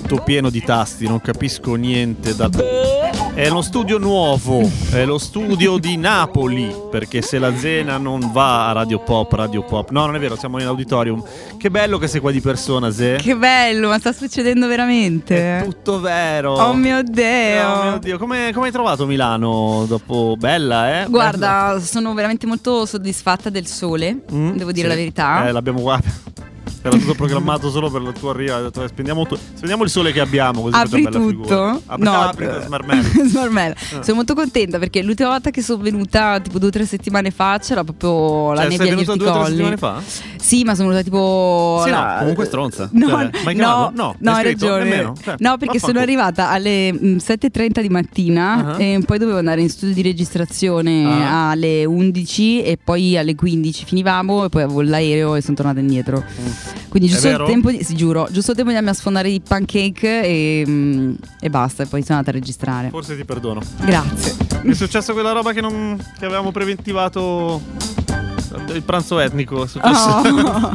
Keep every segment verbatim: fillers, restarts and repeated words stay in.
tutto pieno di tasti, non capisco niente da... È lo studio nuovo, è lo studio di Napoli, perché se la Zena non va a Radio Pop, Radio Pop... No, non è vero, siamo in auditorium. Che bello che sei qua di persona, Ze. Che bello, ma sta succedendo veramente? È tutto vero. Oh mio Dio. Oh mio Dio, come, come hai trovato Milano dopo? Bella, eh? Guarda, Bella. Sono veramente molto soddisfatta del sole, mm, devo dire sì. la verità. Eh, l'abbiamo qua. Era tutto programmato solo per la tua arriva. Spendiamo, tu- spendiamo il sole che abbiamo, così apri facciamo bella tutto? figura. Apri, No, apri eh, smarmella. smarmella. Eh. Sono molto contenta perché l'ultima volta che sono venuta, tipo due o tre settimane fa, c'era proprio la Cioè, nebbia sei agli venuta due o tre orticolli. settimane fa? Sì, ma sono venuta tipo Sì, la- no, comunque stronza. No, Cioè, ma hai no, chiamato? No, no, hai hai scritto? ragione. Nemmeno? Cioè, no, perché vaffanculo. sono arrivata alle mh, sette e trenta di mattina Uh-huh. e poi dovevo andare in studio di registrazione Ah. alle undici e poi alle quindici finivamo e poi avevo l'aereo e sono tornata indietro. Quindi È giusto il vero? tempo di, sì, giuro, giusto il tempo di andarmi a sfondare i pancake e, mh, e basta, e poi sono andata a registrare. Forse ti perdono. Grazie. Mi è successo quella roba che, non, che avevamo preventivato. Il pranzo etnico. È successo. Oh,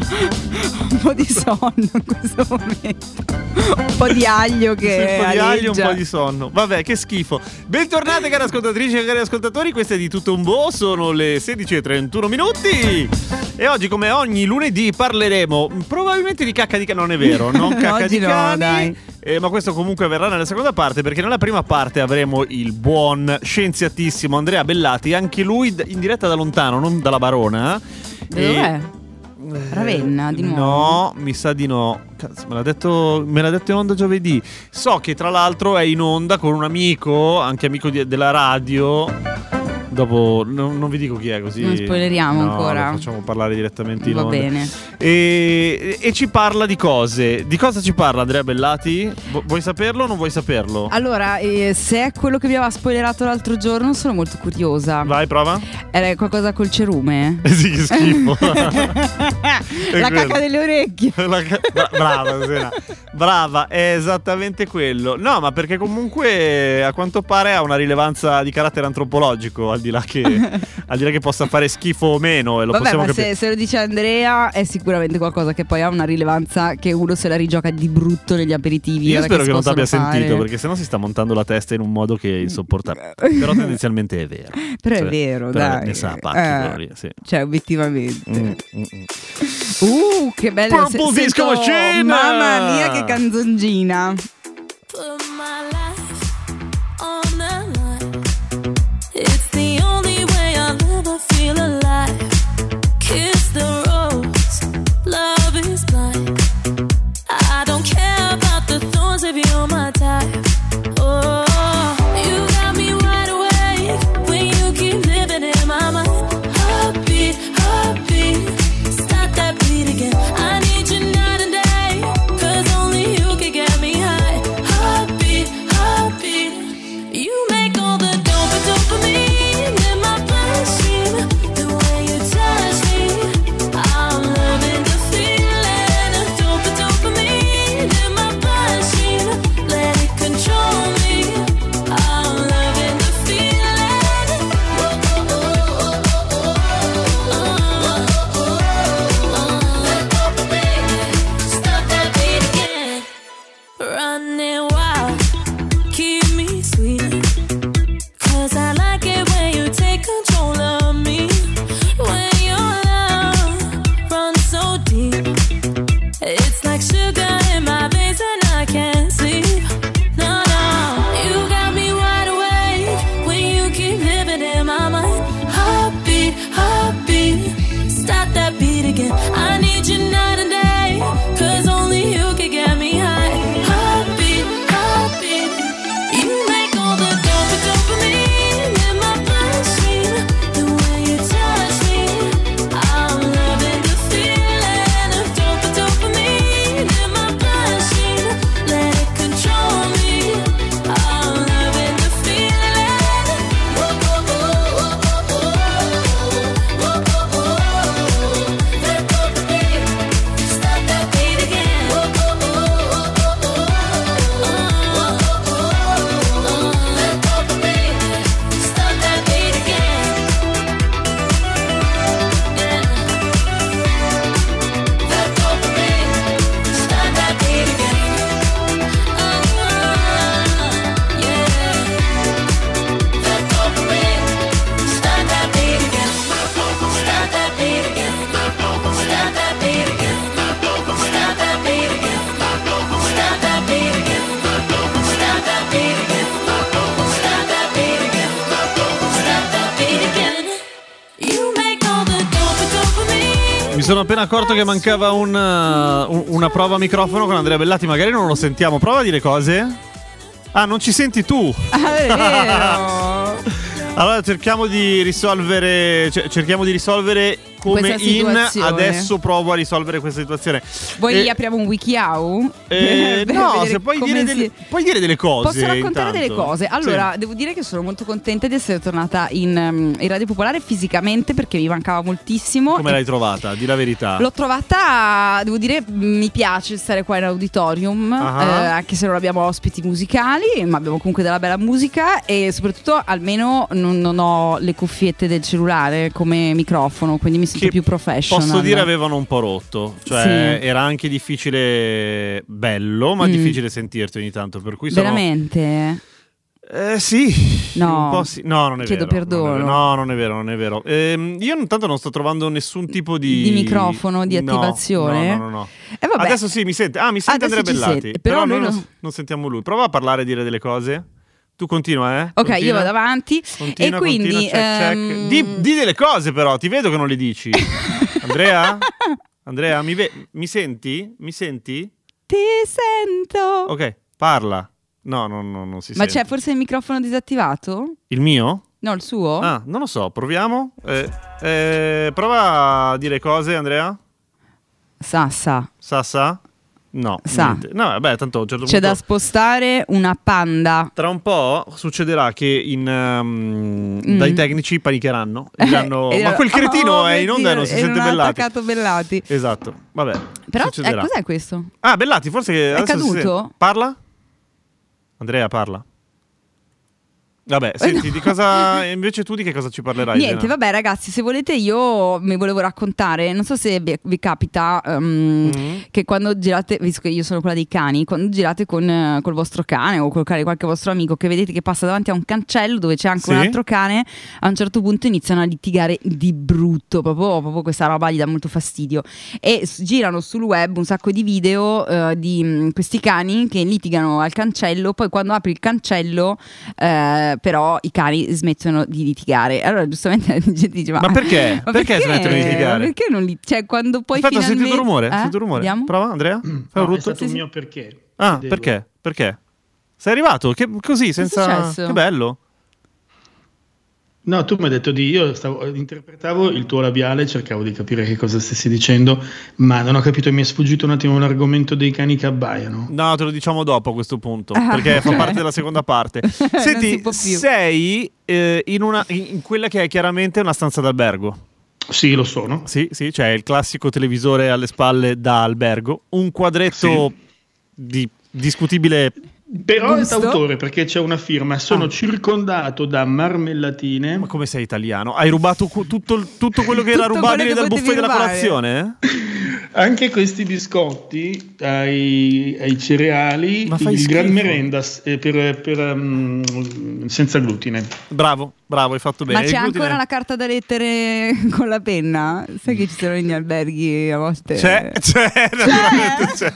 un po' di sonno in questo momento. Un po' di aglio che Sì, un po' di aglio e un aleggia. po' di sonno. Vabbè, che schifo. Bentornate cari ascoltatrici e cari ascoltatori. Questo è Di Tutto Un Boh. Sono le sedici e trentuno minuti. E oggi, come ogni lunedì, parleremo probabilmente di cacca di cani. Non è vero, non cacca Oggi di no, cani. dai. Eh, ma questo comunque avverrà nella seconda parte, perché nella prima parte avremo il buon scienziatissimo Andrea Bellati, anche lui d- in diretta da lontano, non dalla Barona. Dov'è? Eh, Ravenna, di nuovo? No, mi sa di no. Cazzo, me l'ha detto, me l'ha detto in onda giovedì. So che tra l'altro è in onda con un amico, anche amico di- della radio. Dopo non, non vi dico chi è, così Non spoileriamo no, ancora. lo facciamo parlare direttamente in Va onda. bene. E, e ci parla di cose. Di cosa ci parla Andrea Bellati? Vu- vuoi saperlo o non vuoi saperlo? Allora, eh, se è quello che vi aveva spoilerato l'altro giorno, sono molto curiosa. Vai, prova. Era qualcosa col cerume? Eh sì, che schifo. La quello. cacca delle orecchie. La ca- bra- brava, Sena. Brava, è esattamente quello. No, ma perché comunque a quanto pare ha una rilevanza di carattere antropologico, al di là che, al di là che possa fare schifo o meno. E lo Vabbè, possiamo ma capire. se, se lo dice Andrea è sicuramente qualcosa che poi ha una rilevanza che uno se la rigioca di brutto negli aperitivi. Io ora spero che, si non ti abbia possono fare. sentito, perché sennò si sta montando la testa in un modo che è insopportabile. Però tendenzialmente è vero. Però Cioè, è vero, però dai. ne sa pacchi, Eh, quello lì, sì. Cioè, obiettivamente. Mm, mm, mm. Uh, che bello. Purple se- Disco sento- Machine! Mamma mia, che canzoncina. Put my life on the line. It's the only way I'll ever feel alive. Kiss the rose, love is blind. I don't care about the thorns if you're my type. Oh, you got me wide awake when you keep living in my mind. Heartbeat, heartbeat, stop that beat again. I need you night and day, 'cause only you can get me high. Heartbeat, heartbeat, you make all the dope dopamine in my bloodstream. The way you touch me, I'm loving the feeling of dope dopamine in my bloodstream. Let it control me, I'm loving the feeling. Stop that beat again. Running wild, keep me sweet. 'Cause I like it when you take control of me. When your love runs so deep, it's like sugar in my veins and I can't sleep. No, no, you got me wide awake when you keep living in my mind. Heartbeat, heartbeat, stop that beat again. I need you night and day, 'cause only you can get me high. Heartbeat, heartbeat, you make all the dope dopamine in my bloodstream. The way you touch me, I'm loving the feeling of dope dopamine in my bloodstream. Let it control me, I'm loving the feeling. sono appena accorto che mancava un, uh, un- una prova a microfono con Andrea Bellati. Magari non lo sentiamo. Prova a dire cose. Ah, non ci senti tu. Ah, è vero. Allora cerchiamo di risolvere. cioè, cerchiamo di risolvere come Questa in situazione. adesso provo a risolvere questa situazione. Vuoi Eh, apriamo un WikiHow? eh, Per no, vedere se puoi come dire, si- delle, puoi dire delle cose. Posso raccontare intanto. delle cose? Allora, Sì. devo dire che sono molto contenta di essere tornata in, um, in Radio Popolare fisicamente perché mi mancava moltissimo. Come E l'hai trovata? Di la verità. L'ho trovata, devo dire, mi piace stare qua in auditorium, Ah. eh, anche se non abbiamo ospiti musicali, ma abbiamo comunque della bella musica e soprattutto almeno non, non ho le cuffiette del cellulare come microfono, quindi mi sento Che più professional. Posso dire avevano un po' rotto. Cioè Sì. era anche difficile, bello, ma Mm. difficile sentirti ogni tanto. Per cui sono... Veramente? Eh sì, No. un po' sì. No, non è Chiedo vero. perdono. Non è vero. No, non è vero, non è vero. Ehm, io intanto non sto trovando nessun tipo di Di microfono, di No, attivazione? No, no, no. no. E vabbè. Adesso sì, mi sente. Ah, mi sente Adesso Andrea ci Bellati. sente, però noi noi non, no. non sentiamo lui. Prova a parlare e dire delle cose. Tu continua, eh? Ok, Continua. io vado avanti. Continua, e quindi continua, check, check. ehm, Di, di delle cose però, ti vedo che non le dici. Andrea? Andrea, mi, ve- mi senti? Mi senti? Ti sento. Ok, parla. No, no, no, non si Ma sente. c'è forse il microfono disattivato? Il mio? No, il suo? Ah, non lo so, proviamo. Eh, eh, prova a dire cose, Andrea. Sa, sa. Sa, sa? No. Sa. niente. No, vabbè, tanto a un certo C'è punto... da spostare una panda. Tra un po' succederà che in, um, Mm. dai tecnici panicheranno. Diranno, E ma diranno, quel cretino "Oh, è mio in onda e Dio, non si e sente non ha Bellati. attaccato Bellati. Esatto, vabbè. Però eh, succederà. cos'è questo? Ah, Bellati, forse che È adesso si caduto? sente. Parla? Andrea, parla. Vabbè, senti, di cosa invece tu di che cosa ci parlerai? Niente, Elena? vabbè ragazzi, se volete io mi volevo raccontare, non so se vi, vi capita um, Mm. che quando girate, visto che io sono quella dei cani, quando girate con eh, col vostro cane o col cane di qualche vostro amico che vedete che passa davanti a un cancello dove c'è anche Sì. un altro cane, a un certo punto iniziano a litigare di brutto, proprio, proprio questa roba gli dà molto fastidio e s- girano sul web un sacco di video eh, di mh, questi cani che litigano al cancello, poi quando apri il cancello eh, però i cani smettono di litigare. Allora giustamente la gente dice ma, Ma perché? ma Perché smettono di litigare? Ma perché non li... Cioè quando poi Aspetta, ho finalmente... sentito rumore, ho Eh? sentito rumore. Vediamo? Prova, Andrea? Fai un No, è rutto? stato Sì, un sì. mio perché. Ah, Chiedevo. perché? Perché? Sei arrivato? Che, così, senza... successo? Che bello. No, tu mi hai detto di io stavo, interpretavo il tuo labiale, cercavo di capire che cosa stessi dicendo, ma non ho capito, mi è sfuggito un attimo l'argomento dei cani che abbaiano. No, te lo diciamo dopo a questo punto, Ah, perché fa ok. parte della seconda parte. Non si Senti, può più. sei eh, in, una, in quella che è chiaramente una stanza d'albergo. Sì, lo sono. Sì, sì, c'è il classico televisore alle spalle da albergo, un quadretto di discutibile... Però Gusto? è d'autore perché c'è una firma, sono Ah. circondato da marmellatine. Ma come sei italiano? Hai rubato cu- tutto, il- tutto quello che era Tutto rubabile quello che dal potevi buffet della rubare. colazione? Anche questi biscotti ai, ai cereali, Ma fai il gran schifo. merenda eh, per, per, um, senza glutine. Bravo, bravo, hai fatto bene. Ma c'è Il glutine- ancora la carta da lettere con la penna? Sai che ci sono negli alberghi a volte? C'è, c'è, naturalmente c'è.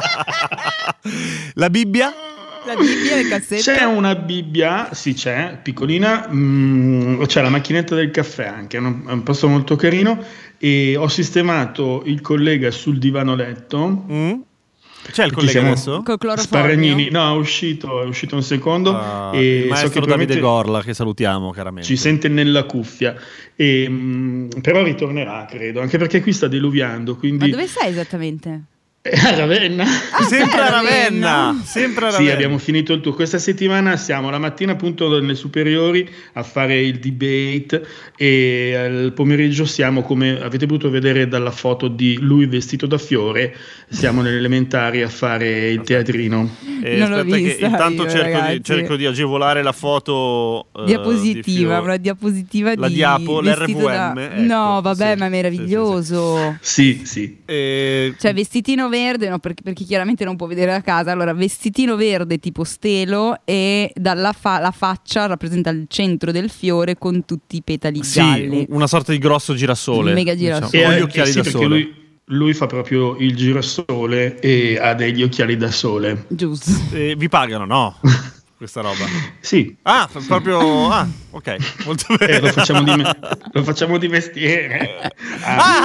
La Bibbia? La Bibbia, le cassette? C'è una Bibbia, sì c'è, piccolina, mm, c'è la macchinetta del caffè anche, è un, è un posto molto carino e ho sistemato il collega sul divano letto. Mm? C'è il Perché collega siamo- adesso? Col cloroformio? Sparagnini, no, è uscito, è uscito un secondo Ah, e il so maestro che Davide probabilmente Gorla, che salutiamo caramente. ci sente nella cuffia, e, mm, però ritornerà credo, anche perché qui sta diluviando, Ma quindi dove sei esattamente? è a Ravenna. Sempre a sei a Ravenna, Ravenna? sempre a Sì, Ravenna. abbiamo finito il tour. Questa settimana siamo la mattina appunto nelle superiori a fare il debate e al pomeriggio siamo, come avete potuto vedere dalla foto di lui vestito da fiore, siamo nelle elementari a fare il teatrino. Eh, Non l'ho aspetta che vista intanto io, cerco, ragazzi. di, cerco di agevolare la foto eh, Diapositiva, di Fio- una diapositiva La di diapo, vestito l'R V M, da- ecco, No, vabbè, sì, ma è sì, meraviglioso. Sì, sì. Eh, Cioè, vestitino verde, no, perché, per chi chiaramente non può vedere da casa. Allora, vestitino verde tipo stelo e dalla fa- la faccia rappresenta il centro del fiore con tutti i petali sì, gialli. una sorta di grosso girasole. Mega girasole. diciamo, con E gli eh, occhiali sì, da perché sole. lui, lui fa proprio il girasole e ha degli occhiali da sole. Giusto. Eh, vi pagano, no? Questa roba. Sì, Ah, f- proprio... Ah, ok, molto bene. eh, lo, facciamo di me- lo facciamo di mestiere. Ah, Ah,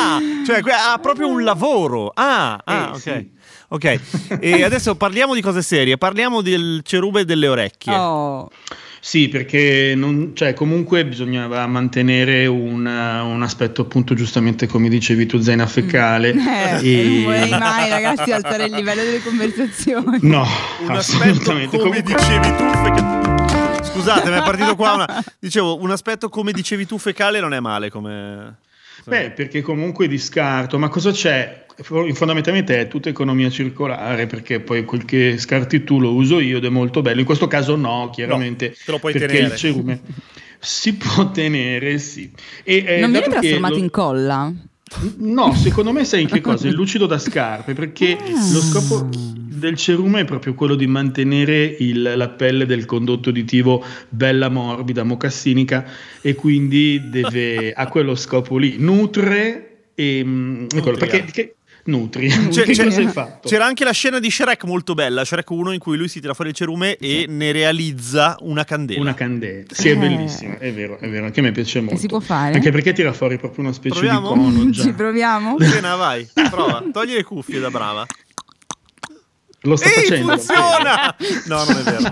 Cioè, que- ha proprio un lavoro. Ah, ah Eh, ok. sì. Ok, e adesso parliamo di cose serie, parliamo del cerume delle orecchie. Oh. Sì, perché non, cioè, comunque bisognava mantenere un, un aspetto, appunto, giustamente come dicevi tu, zaina fecale. Eh, e... Non vorrei mai, ragazzi, alzare il livello delle conversazioni. No, Un aspetto assolutamente. come Comunque- dicevi tu feca- Scusate, mi è partito qua una... Dicevo, un aspetto come dicevi tu fecale non è male come... Beh, perché comunque di scarto, ma cosa c'è? Fondamentalmente è tutta economia circolare, perché poi quel che scarti tu lo uso io ed è molto bello. In questo caso no, chiaramente, No, te lo puoi perché tenere. il cerume si può tenere, sì. E, eh, Non viene dato che trasformato lo- in colla? No, secondo me sai in che cosa? Il lucido da scarpe, perché lo scopo del cerume è proprio quello di mantenere il- la pelle del condotto uditivo bella morbida, mocassinica, e quindi deve, ha quello scopo lì, nutre e mm, è quello, Nutria. perché che, nutri. C'è- Che c'è- cosa hai fatto? C'era anche la scena di Shrek molto bella, Shrek uno, in cui lui si tira fuori il cerume e ne realizza una candela. Una candela, sì, è Eh. bellissima, è vero, è vero, anche a me piace molto. si può fare? Anche perché tira fuori proprio una specie Proviamo? di cono già. Ci proviamo? Scena, vai, prova, togli le cuffie da brava. Lo sta Ehi, facendo. funziona! No, non è vero.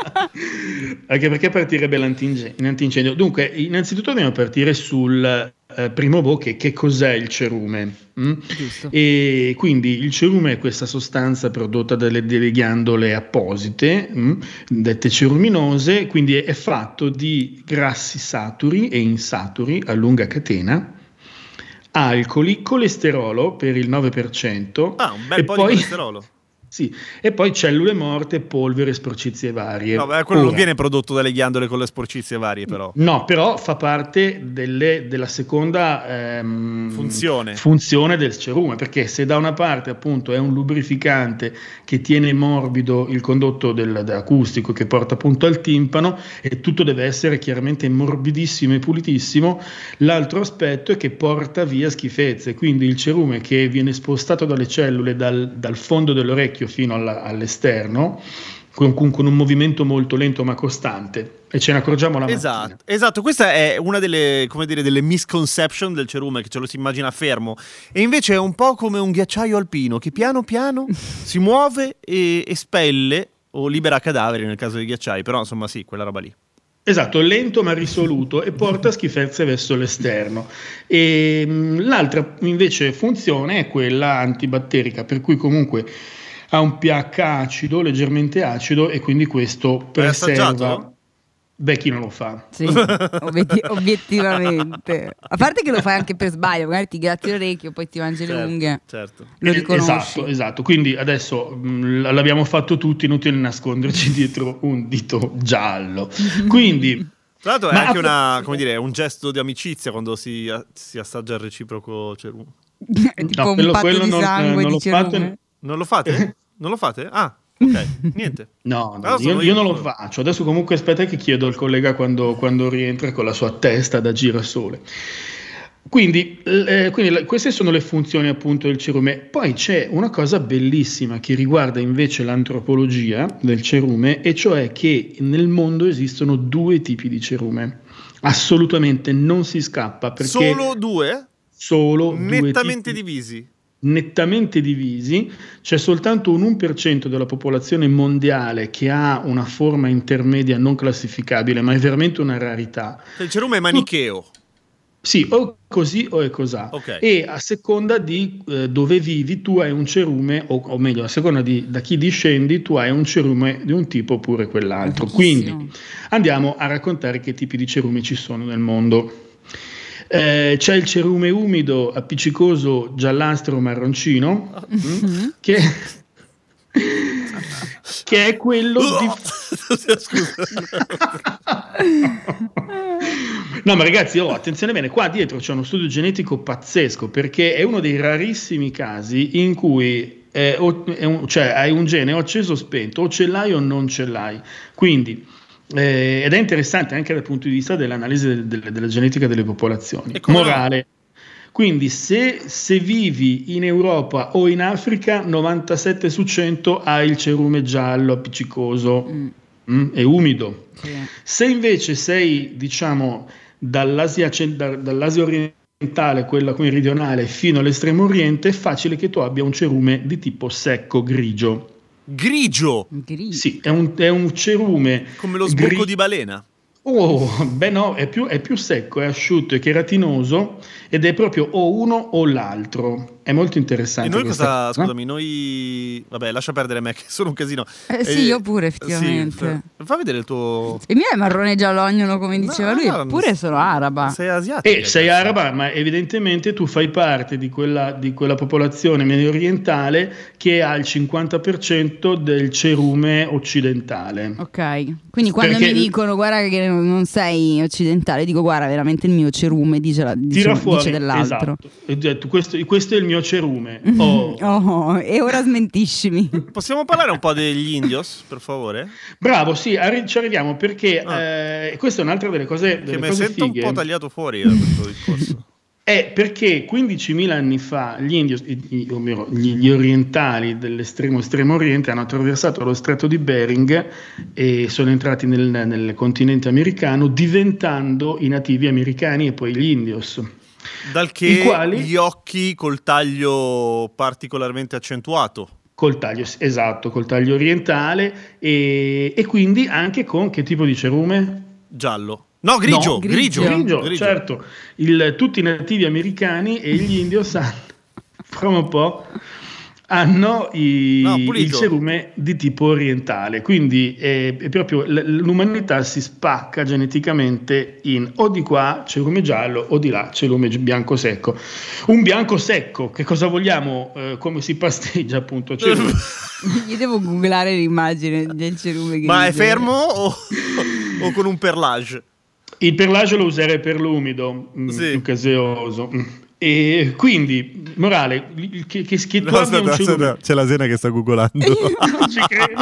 Anche perché partirebbe l'antinge- l'antincendio. Dunque, innanzitutto dobbiamo partire sul eh, primo boh, che, che cos'è il cerume. mm? Giusto. E quindi il cerume è questa sostanza prodotta dalle delle ghiandole apposite, mm, dette ceruminose, quindi è, è fatto di grassi saturi e insaturi a lunga catena, alcoli, colesterolo per il nove per cento, Ah, un bel e po' poi, di colesterolo. sì, e poi cellule morte, polvere, sporcizie varie. No, beh, quello non Ora, viene prodotto dalle ghiandole con le sporcizie varie, però. No, però fa parte delle- della seconda ehm, Funzione. funzione del cerume, perché se da una parte appunto è un lubrificante che tiene morbido il condotto del, acustico che porta appunto al timpano, e tutto deve essere chiaramente morbidissimo e pulitissimo, l'altro aspetto è che porta via schifezze, quindi il cerume che viene spostato dalle cellule dal, dal fondo dell'orecchio fino alla- all'esterno, con, con- con un movimento molto lento ma costante, e ce ne accorgiamo la mattina. Esatto, esatto, questa è una delle, come dire, delle misconception del cerume, che ce lo si immagina fermo, e invece è un po' come un ghiacciaio alpino che piano piano si muove e espelle o libera cadaveri nel caso dei ghiacciai, però insomma sì, quella roba lì. Esatto, lento ma risoluto, e porta schifezze verso l'esterno. E mh, l'altra invece funzione è quella antibatterica, per cui comunque ha un pH acido, leggermente acido, e quindi questo preserva. assaggiato? Beh, chi non lo fa? Sì, obiet- obiettivamente. A parte che lo fai anche per sbaglio, magari ti gratti l'orecchio, poi ti mangi le Certo, unghie. certo. Lo Eh, riconosci. Esatto, esatto. Quindi adesso mh, l'abbiamo fatto tutti, inutile nasconderci dietro un dito giallo. Quindi Tra l'altro è Ma- anche una, come dire, un gesto di amicizia quando si, si assaggia il reciproco cerume. Tipo no, un quello- patto quello di non- sangue non di lo fate- cerume. Non lo fate? Non lo fate? Ah, ok, niente. No, no, Allora io, sono io non lo solo. faccio. Adesso comunque aspetta che chiedo al collega quando, quando rientra con la sua testa da girasole. Quindi, eh, quindi la- queste sono le funzioni appunto del cerume. Poi c'è una cosa bellissima che riguarda invece l'antropologia del cerume, e cioè che nel mondo esistono due tipi di cerume. Assolutamente non si scappa, perché Solo due? solo due Nettamente tipi- divisi. nettamente divisi. C'è soltanto un uno per cento della popolazione mondiale che ha una forma intermedia non classificabile, ma è veramente una rarità. Il cerume è manicheo. Sì, o così o è cosà. Ok. E a seconda di eh, dove vivi tu hai un cerume, o, o meglio, a seconda di da chi discendi tu hai un cerume di un tipo oppure quell'altro. Pochissimo. Quindi andiamo a raccontare che tipi di cerume ci sono nel mondo. Eh, c'è il cerume umido, appiccicoso, giallastro, marroncino, mm, che, che è quello di... Scusa. No, ma ragazzi, oh, attenzione bene, qua dietro c'è uno studio genetico pazzesco, perché è uno dei rarissimi casi in cui eh, o- è un- cioè, hai un gene o acceso o spento, o ce l'hai o non ce l'hai. Quindi, eh, ed è interessante anche dal punto di vista dell'analisi del- del- della genetica delle popolazioni. E come no? Morale. Quindi se, se vivi in Europa o in Africa, novantasette su cento hai il cerume giallo, appiccicoso, Mm, mm, e umido. sì. Se invece sei, diciamo, dall'Asia, cen- da- dall'Asia orientale orientale, quella meridionale fino all'estremo oriente, è facile che tu abbia un cerume di tipo secco grigio. Grigio? Grigio. Sì, è un, è un cerume come lo sbocco gri- di balena. Oh, beh no, è più, è più secco, è asciutto, è cheratinoso ed è proprio o uno o l'altro. È molto interessante. E noi questa cosa, cosa. scusami, noi... Vabbè, lascia perdere me che sono un casino. Eh, sì, Eh, io pure, effettivamente. Sì, fa, fa vedere il tuo... Il mio è marrone giallognolo, come diceva No, lui, no, eppure sono araba. Sei asiatica. E sei cazzo. araba, ma evidentemente tu fai parte di quella, di quella popolazione medio orientale che ha il cinquanta per cento del cerume occidentale. Ok, quindi quando Perché- mi dicono guarda che non sei occidentale, dico guarda veramente il mio cerume dice, la, dice, Tira dice fuori, dell'altro. esatto. E ho detto, questo, questo è il mio cerume. Oh. Oh, e ora smentiscimi. Possiamo parlare un po' degli indios, per favore? Bravo, sì, arri- ci arriviamo perché Ah. eh, questa è un'altra delle cose, Che delle mi cose sento fighe. un po' tagliato fuori da questo discorso. È perché quindicimila anni fa gli indios, i- i- o meglio, gli, gli orientali dell'estremo estremo oriente hanno attraversato lo stretto di Bering e sono entrati nel, nel continente americano, diventando i nativi americani e poi gli indios. Dal che I quali- gli occhi col taglio particolarmente accentuato. Col taglio, esatto, col taglio orientale e, e quindi anche con che tipo di cerume? Giallo. No, grigio, No, grigio. grigio. Grigio, certo. Il- tutti i nativi americani e gli indios hanno, fra un po', hanno i- No, il pulito. cerume di tipo orientale, quindi è, è proprio l- l'umanità si spacca geneticamente in o di qua cerume giallo o di là cerume gi- bianco secco. Un bianco secco, che cosa vogliamo? Eh, come si pasteggia appunto cerume? Io devo googlare l'immagine del cerume grigio. Ma è fermo o, o con un perlage? Il perlage lo userei per l'umido, mm, Sì. più caseoso. Mm. E quindi, morale, il- che, che, che tu No, abbia un aspetta, cerume... aspetta, c'è la Sena che sta googolando. Non ci credo.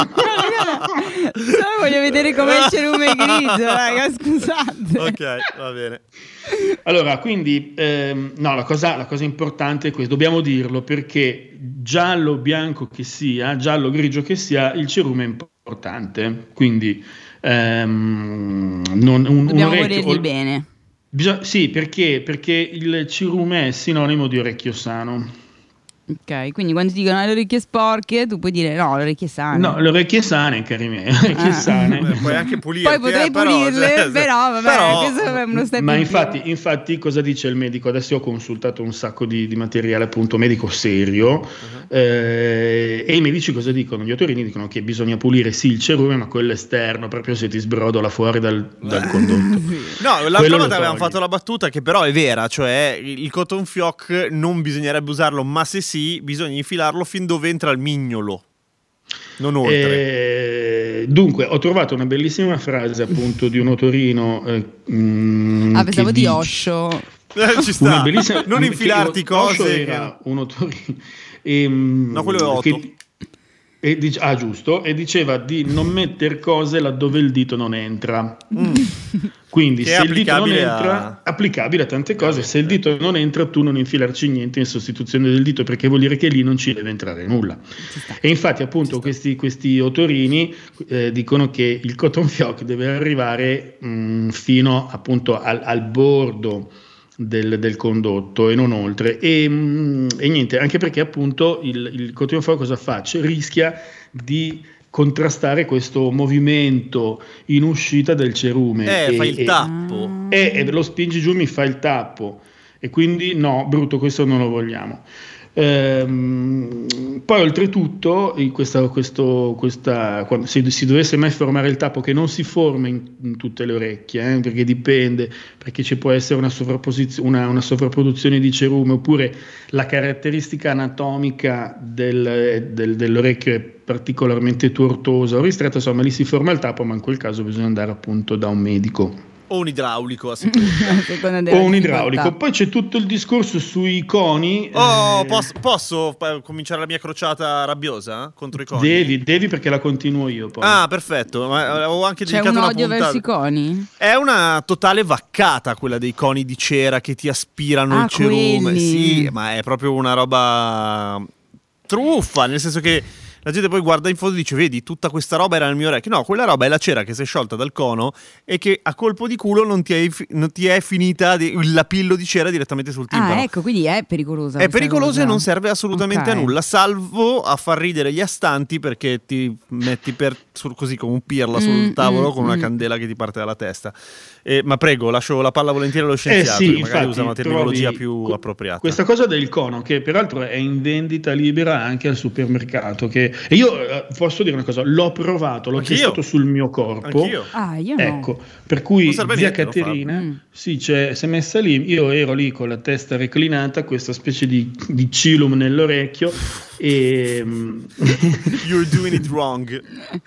Solo voglio vedere com'è il cerume grigio, raga, scusate. Ok, va bene. Allora, quindi, ehm, no, la cosa, la cosa importante è questo, dobbiamo dirlo, perché giallo, bianco che sia, giallo, grigio che sia, il cerume è importante. Quindi, ehm, non, un, un Dobbiamo orecchio... volergli bene. Bisog- sì, perché? Perché il cerume è sinonimo di orecchio sano. Ok, quindi quando ti dicono "Ah, le orecchie sporche", tu puoi dire no, le orecchie sane. No, le orecchie sane, cari miei, le orecchie Ah. sane. Beh, puoi anche pulirti. Poi potrei eh, però, pulirle, cioè, però, vabbè, però- questo è uno step Ma in infatti, più. infatti cosa dice il medico? Adesso io ho consultato un sacco di, di materiale appunto medico serio eh, e i medici cosa dicono? Gli otorini dicono che bisogna pulire sì il cerume, ma quello esterno, proprio se ti sbrodola fuori dal, dal condotto. No, l'altra Quello lo volta avevamo togli. fatto la battuta che però è vera, cioè il cotton fioc non bisognerebbe usarlo, ma se sì, bisogna infilarlo fin dove entra il mignolo, non oltre. Eh, dunque, ho trovato una bellissima frase appunto di un otorino. Eh, mm, Ah, pensavo che di dice- Osho. Eh, ci sta. Una bellissima- Non infilarti che Osho cose. era un otorino. ehm, No, quello è Otto. che- e dice- ah, giusto. E diceva di non mettere cose laddove il dito non entra. Quindi, Che è se il dito non applicabile entra, a- applicabile a tante cose. Se il dito non entra, tu non infilarci niente in sostituzione del dito, perché vuol dire che lì non ci deve entrare nulla. E infatti, appunto, questi, questi otorini eh, dicono che il cotton fioc deve arrivare mh, fino appunto al, al bordo del, del condotto e non oltre. E, mh, e niente, anche perché appunto il, il cotton fioc cosa fa? Cioè, rischia di contrastare questo movimento in uscita del cerume. Eh, e, fai il e- tappo. e, e lo spingi giù, mi fa il tappo, e quindi no, brutto, questo non lo vogliamo. Ehm, poi oltretutto in questa, questo, questa, quando si, si dovesse mai formare il tappo, che non si forma in, in tutte le orecchie, eh, perché dipende, perché ci può essere una, sovrapposizione, una, una sovrapproduzione di cerume, oppure la caratteristica anatomica del, del, dell'orecchio è particolarmente tortosa o ristretta, insomma lì si forma il tappo, ma in quel caso bisogna andare appunto da un medico. O un idraulico a seconda. Seconda della O un difficoltà. idraulico. Poi c'è tutto il discorso sui coni. Oh, eh, posso, posso eh, cominciare la mia crociata rabbiosa contro i coni? Devi, devi perché la continuo io poi. Ah, perfetto. Ma eh, ho anche C'è dedicato un una odio puntata. verso i coni? È una totale vaccata quella dei coni di cera che ti aspirano Ah, il cerume. quelli. Sì, ma è proprio una roba truffa, nel senso che la gente poi guarda in fondo e dice vedi tutta questa roba era nel mio orecchio. No, quella roba è la cera che si è sciolta dal cono e che a colpo di culo non ti è, non ti è finita di, il lapillo di cera direttamente sul timpano. Ah, ecco, quindi è pericolosa. È pericolosa e non serve assolutamente okay. a nulla, salvo a far ridere gli astanti perché ti metti per, sul, così come un pirla sul mm, tavolo mm, con una mm. candela che ti parte dalla testa. Eh, ma prego, lascio la palla volentieri allo scienziato, eh sì, che magari infatti, usa una terminologia trovi più co- appropriata. Questa cosa del cono, che peraltro è in vendita libera anche al supermercato, che e io eh, posso dire una cosa, l'ho provato, l'ho Anch'io. testato sul mio corpo. Anch'io. Ah, io no. Ecco, per cui Non serve zia niente, non Caterina Mm. sì, cioè, si è messa lì, io ero lì con la testa reclinata, questa specie di, di cilum nell'orecchio e You're doing it wrong.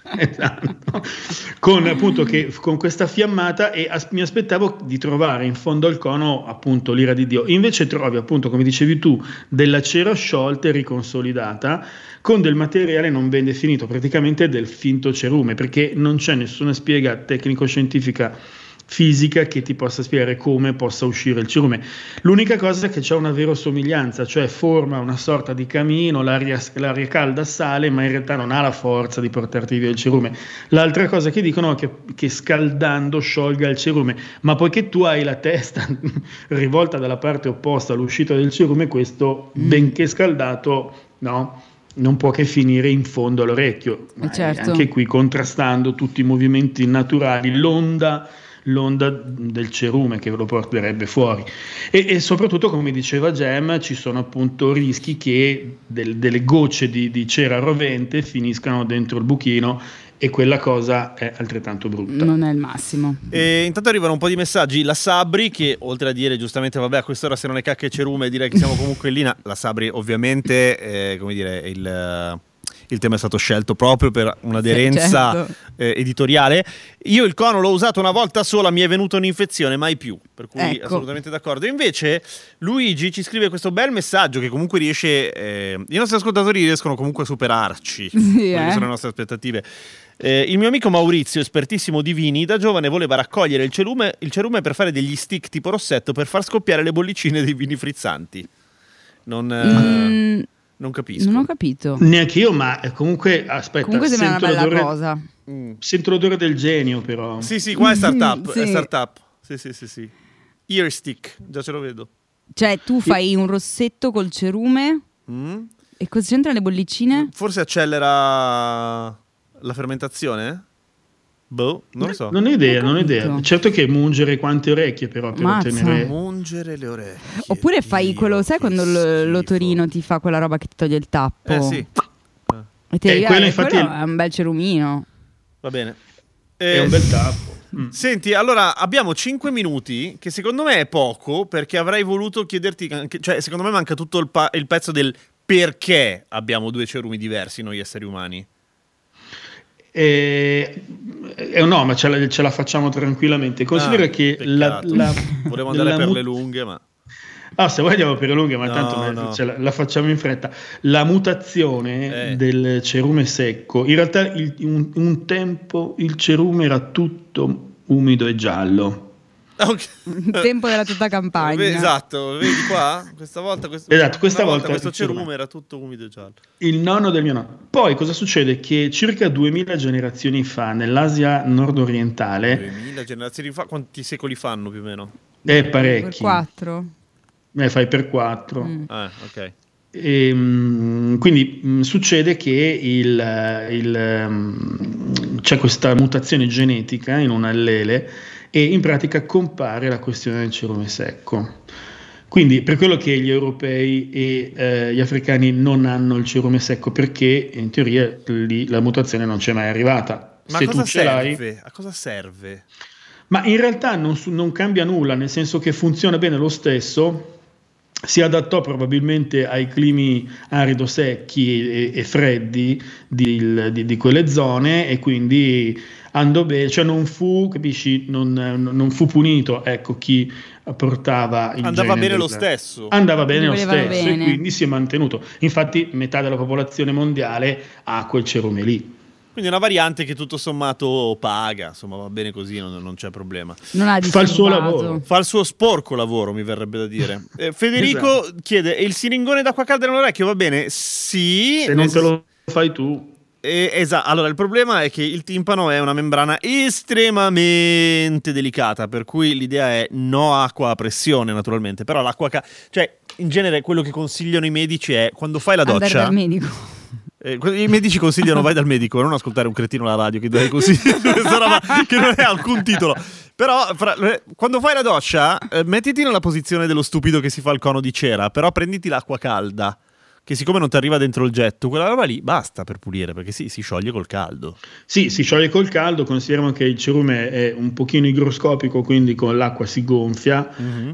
esatto. Con appunto che con questa fiammata e as- mi aspettavo di trovare in fondo al cono appunto l'ira di Dio, invece trovi appunto come dicevi tu della cera sciolta e riconsolidata con del materiale non ben definito, praticamente del finto cerume, perché non c'è nessuna spiega tecnico-scientifica fisica che ti possa spiegare come possa uscire il cerume. L'unica cosa è che c'è una verosomiglianza, cioè forma una sorta di camino, l'aria, l'aria calda sale, ma in realtà non ha la forza di portarti via il cerume. L'altra cosa che dicono è che, che scaldando sciolga il cerume, ma poiché tu hai la testa rivolta dalla parte opposta all'uscita del cerume, questo, mm. benché scaldato, no, non può che finire in fondo all'orecchio. Eh certo. Anche qui contrastando tutti i movimenti naturali, l'onda l'onda del cerume che lo porterebbe fuori e, e soprattutto, come diceva Gem, ci sono appunto rischi che del, delle gocce di, di cera rovente finiscano dentro il buchino e quella cosa è altrettanto brutta. Non è il massimo. E intanto arrivano un po' di messaggi. La Sabri, che oltre a dire giustamente vabbè a quest'ora se non è cacca e cerume direi che siamo comunque in linea. La Sabri ovviamente eh, come dire il... Il tema è stato scelto proprio per un'aderenza certo. eh, editoriale. Io il cono l'ho usato una volta sola, mi è venuta un'infezione, mai più. Per cui ecco. assolutamente d'accordo. Invece Luigi ci scrive questo bel messaggio che comunque riesce... Eh, i nostri ascoltatori riescono comunque a superarci. Sì, quelle eh. che sono le nostre aspettative. Eh, il mio amico Maurizio, espertissimo di vini, da giovane voleva raccogliere il cerume, il cerume per fare degli stick tipo rossetto per far scoppiare le bollicine dei vini frizzanti. Non... Eh, Mm. Non capisco. Non ho capito. Neanche io, ma comunque aspetta, Comunque sembra una sento bella l'odore, cosa. Mm. sento l'odore del genio però. Sì, sì, qua è startup, Sì. è startup. Sì, sì, sì, sì. Ear stick, già ce lo vedo. Cioè, tu fai un rossetto col cerume Mm? e cosa c'entra le bollicine? Forse accelera la fermentazione? Boh, non lo so. Non ho idea, non ho capito. idea. Certo che mungere quante orecchie però per Mazza. ottenere... Mungere le orecchie. Oppure fai Dio, quello, sai che quando l- schifo. l'otorino ti fa quella roba che ti toglie il tappo? Eh sì, E ti Eh, dici, quello "Eh, infatti quello è- è un bel cerumino. va bene. È Eh, un bel tappo. Mm. Senti, allora abbiamo cinque minuti, che secondo me è poco, perché avrei voluto chiederti, anche, cioè secondo me manca tutto il, pa- il pezzo del perché abbiamo due cerumi diversi noi esseri umani. Eh, eh, no, ma ce la, ce la facciamo tranquillamente. Considera Ah, che la, peccato. la, Volevo andare la per mu- le lunghe, ma... Ah, se vuoi andiamo per le lunghe, ma No, tanto ne- no. ce la, la facciamo in fretta. La mutazione Eh. del cerume secco, in realtà il- un, un tempo il cerume era tutto umido e giallo. Ok. Il tempo della tutta campagna. Vedi, esatto, vedi qua? Questa volta, questo, Esatto, questa una volta questo il cerume. cerume era tutto umido e giallo. Il nonno del mio nonno. Poi cosa succede? Che circa duemila generazioni fa, nell'Asia nord-orientale, duemila generazioni fa, quanti secoli fanno più o meno? è Per parecchi, quattro. eh, fai per quattro. Mm. Ah, ok. E, mm, quindi mm, succede che il, il, mm, c'è questa mutazione genetica in un allele e in pratica compare la questione del cerume secco. Quindi per quello che gli europei e eh, gli africani non hanno il cerume secco, perché in teoria lì la mutazione non c'è mai arrivata. Ma Se a cosa tu ce l'hai, serve? A cosa serve? ma in realtà non, su- non cambia nulla, nel senso che funziona bene lo stesso. Si adattò probabilmente ai climi arido secchi e, e freddi di, di- di quelle zone e quindi andò bene, cioè non fu, capisci, non, non fu punito, ecco, chi portava il Andava gene bene del- lo stesso. Andava bene Gli lo volevano stesso bene. e quindi si è mantenuto. Infatti metà della popolazione mondiale ha quel cerume lì. Quindi è una variante che tutto sommato paga, insomma va bene così, non, non c'è problema. Non ha Fa il suo disturbato. lavoro. Fa il suo sporco lavoro, mi verrebbe da dire. Eh, Federico Esatto. chiede, e il siringone d'acqua calda nell'orecchio va bene? Sì. Se non nel te lo fai tu. Eh, esatto, allora il problema è che il timpano è una membrana estremamente delicata, per cui l'idea è no acqua a pressione naturalmente, però l'acqua ca- cioè in genere quello che consigliano i medici è quando fai la Andare doccia. dal medico. Eh, i medici consigliano vai dal medico, non ascoltare un cretino alla radio che dà i consigli su questa roba che non ha alcun titolo. Però fra, eh, quando fai la doccia, eh, mettiti nella posizione dello stupido che si fa il cono di cera, però prenditi l'acqua calda, che siccome non ti arriva dentro il getto, quella roba lì basta per pulire, perché sì, si scioglie col caldo. Sì, si scioglie col caldo, consideriamo che il cerume è un pochino igroscopico, quindi con l'acqua si gonfia Mm-hmm.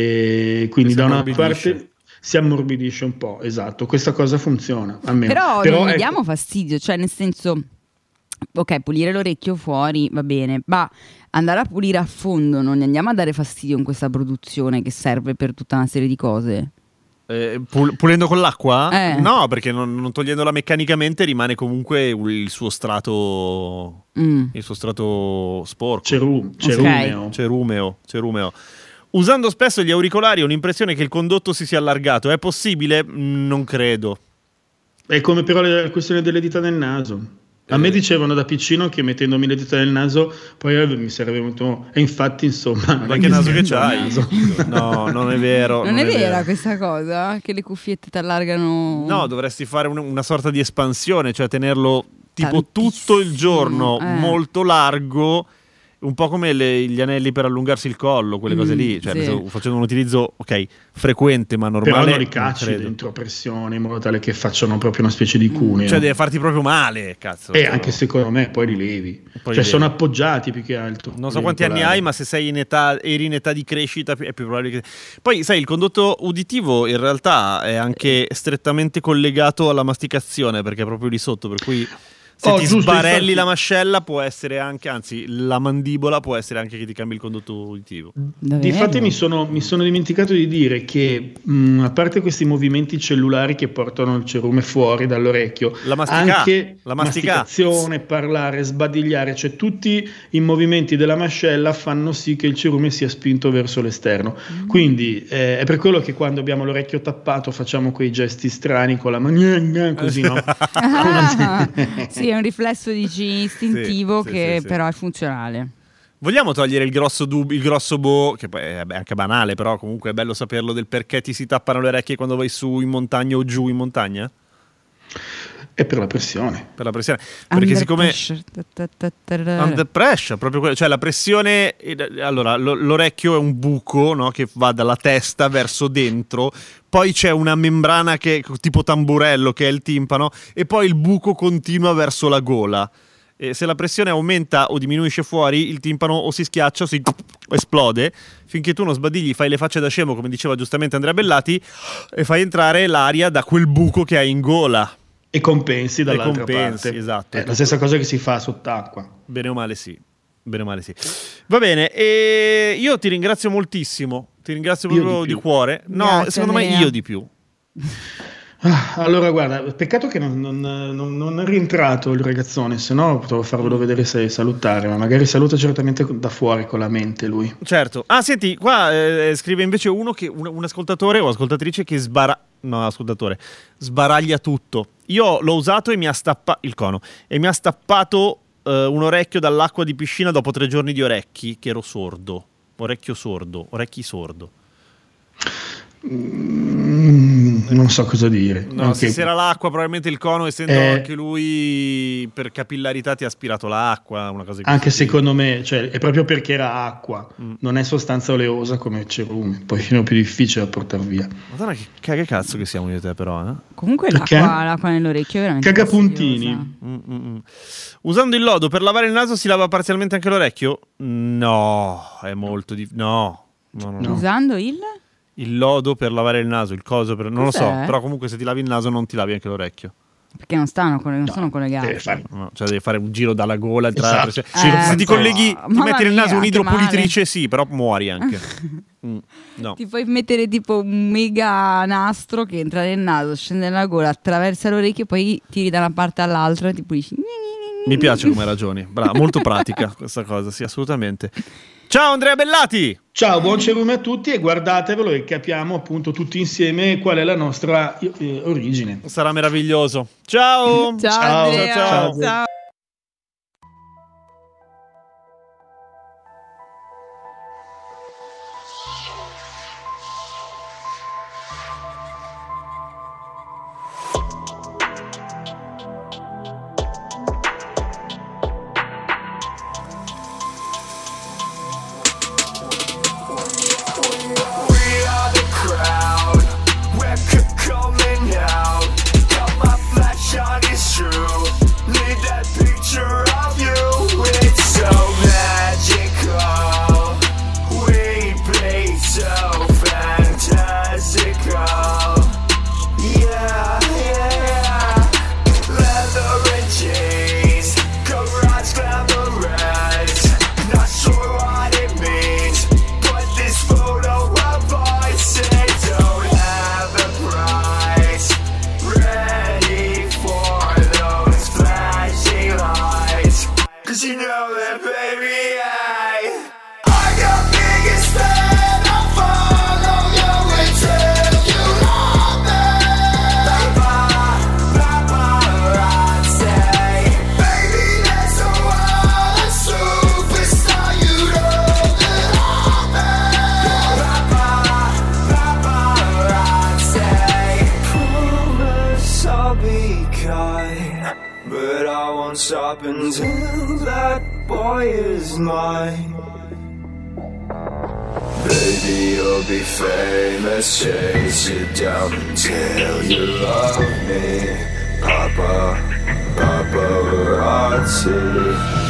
e quindi Si da una ammorbidisce. parte si ammorbidisce un po', esatto, questa cosa funziona, almeno. Però, Però non mi ecco, diamo fastidio, cioè nel senso, ok, pulire l'orecchio fuori va bene, ma andare a pulire a fondo non ne andiamo a dare fastidio in questa produzione che serve per tutta una serie di cose. Eh, pul- pulendo con l'acqua? Eh. No, perché non, non togliendola meccanicamente rimane comunque il suo strato Mm. il suo strato sporco. ceru- cerumeo. Cerumeo, cerumeo. Usando spesso gli auricolari ho l'impressione che il condotto si sia allargato. È possibile? Mm, Non credo. È come però la questione delle dita del naso. A me Eh. dicevano da piccino che mettendomi le dita nel naso poi mi sarebbe venuto... E infatti, insomma... non Ma è che naso si che vede il c'hai? naso. No, non è vero. Non, è, vera vero. questa cosa? Che le cuffiette ti allargano? No, dovresti fare un- una sorta di espansione, cioè tenerlo tipo Tantissimo, tutto il giorno eh. molto largo, un po' come le- gli anelli per allungarsi il collo, quelle cose Mm, lì, cioè sì. nel senso, facendo un utilizzo ok frequente ma normale. Però non li non cacci credo. dentro pressione in modo tale che facciano proprio una specie di cuneo. Cioè deve farti proprio male, cazzo. E anche secondo me poi li levi. Poi cioè li sono levi. appoggiati più che altro. Non so quanti anni hai, ma se sei in età, eri in età di crescita, è più probabile che. Poi, sai, il condotto uditivo in realtà è anche strettamente collegato alla masticazione, perché è proprio lì sotto, per cui se Oh, ti giusto, sbarelli infatti- la mascella può essere anche, anzi, la mandibola può essere anche che ti cambi il condotto uditivo. Davvero? Difatti mi sono, mi sono dimenticato di dire che mh, a parte questi movimenti cellulari che portano il cerume fuori dall'orecchio, La mastica, anche la mastica. masticazione, parlare, sbadigliare, cioè tutti i movimenti della mascella fanno sì che il cerume sia spinto verso l'esterno. Quindi eh, è per quello che quando abbiamo l'orecchio tappato facciamo quei gesti strani con la mano, così, no? Ah, sì, è un riflesso dici istintivo Sì, sì, che sì, sì. però è funzionale. Vogliamo togliere il grosso dub- il grosso boh, che poi è anche banale, però comunque è bello saperlo, del perché ti si tappano le orecchie quando vai su in montagna o giù in montagna? È per la pressione. Per la pressione. Perché Under siccome pressure. Ta ta ta ta. under pressure, proprio quello, cioè la pressione, eh, allora lo- l'orecchio è un buco, no, che va dalla testa verso dentro, poi c'è una membrana che tipo tamburello che è il timpano e poi il buco continua verso la gola. E se la pressione aumenta o diminuisce fuori, il timpano o si schiaccia o si esplode, finché tu non sbadigli, fai le facce da scemo, come diceva giustamente Andrea Bellati, e fai entrare l'aria da quel buco che hai in gola. E compensi dall'altra compensi, parte. esatto. È la stessa cosa che si fa sott'acqua. Bene o male sì, bene o male sì. Va bene, e io ti ringrazio moltissimo, ti ringrazio Io proprio di di, più. cuore. No, Grazie, secondo me Andrea. io di più. Ah, allora guarda, peccato che non, non, non, non è rientrato il ragazzone, se no potevo farvelo vedere se salutare, ma magari saluta certamente da fuori con la mente lui. Certo. Ah, senti, qua eh, scrive invece uno che un, un ascoltatore o ascoltatrice che sbara no, ascoltatore, sbaraglia tutto. Io l'ho usato e mi ha stappato il cono e mi ha stappato eh, un orecchio dall'acqua di piscina dopo tre giorni di orecchi, che ero sordo. Orecchio sordo, orecchi sordo. Mm, non so cosa dire. No, Anche- se c'era l'acqua, probabilmente il cono, essendo Eh. anche lui per capillarità ti ha aspirato l'acqua, una cosa così. Anche secondo me, cioè, è proprio perché era acqua, Mm. non è sostanza oleosa come il cerume, poi è più difficile da portare via. Madonna, che caga cazzo che siamo io e te, però, eh? Comunque Perché? l'acqua, l'acqua nell'orecchio è veramente Cagapuntini. fastidiosa. Mm, mm, mm. Usando il lodo per lavare il naso si lava parzialmente anche l'orecchio? No, è molto di... No, no, no, no. No. Usando il? Il lodo per lavare il naso, il coso per... Non lo so, Cos'è? però comunque se ti lavi il naso non ti lavi anche l'orecchio. Perché non stanno con- non No, sono collegati. deve fare- No, cioè devi fare un giro dalla gola tra Esatto. la pressione. Eh, se ti so. colleghi, ti Mamma metti nel naso mia, un'idropulitrice, sì, però muori anche. Mm, no. Ti puoi mettere tipo un mega nastro che entra nel naso, scende nella gola, attraversa l'orecchio e poi tiri da una parte all'altra e ti pulisci. Mi piace come ragioni, brava, molto pratica questa cosa, sì, assolutamente. Ciao Andrea Bellati! Ciao, buon cerume a tutti e guardatevelo e capiamo appunto tutti insieme qual è la nostra eh, origine. Sarà meraviglioso. Ciao! Ciao, Ciao, Andrea. ciao, ciao. Ciao. Stop until that boy is mine. Baby, you'll be famous, chase you down until you love me. Papa, paparazzi.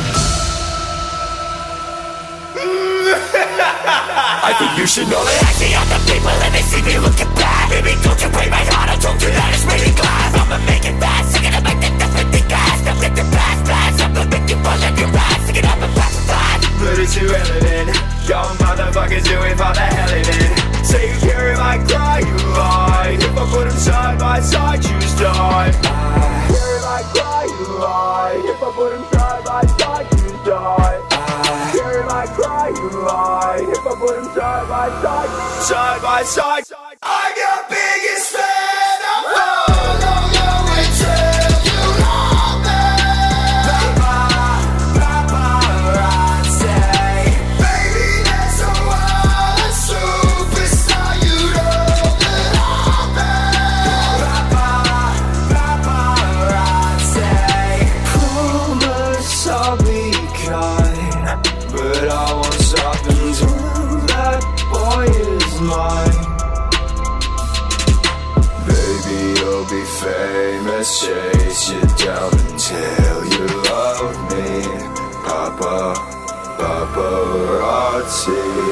I think you should know that I see other people and they see me looking bad. Baby, don't you break my heart, I told you that it's made of glass. I'ma make it fast, sing it up like the definitely gas. Don't let the past pass, I'm gonna make you fall like your ass. Sing it up and pass the flat. But it's irrelevant, young motherfuckers do it for the hell of it. Say you care if I cry, you lie. If I put them side by side, choose die. I care if I cry, you lie. If I put them side by side, choose die. Care if I cry, you lie. If I put them side by side, side by side, I'm your biggest fan. I'm follow you until you love me. Papa, paparazzi. Baby, there's a world of superstar. You know that I'm there. Papa, paparazzi. Promise I'll be kind, but I won't stop until that boy is mine. Baby, you'll be famous, chase you down until you love me. Papa, paparazzi.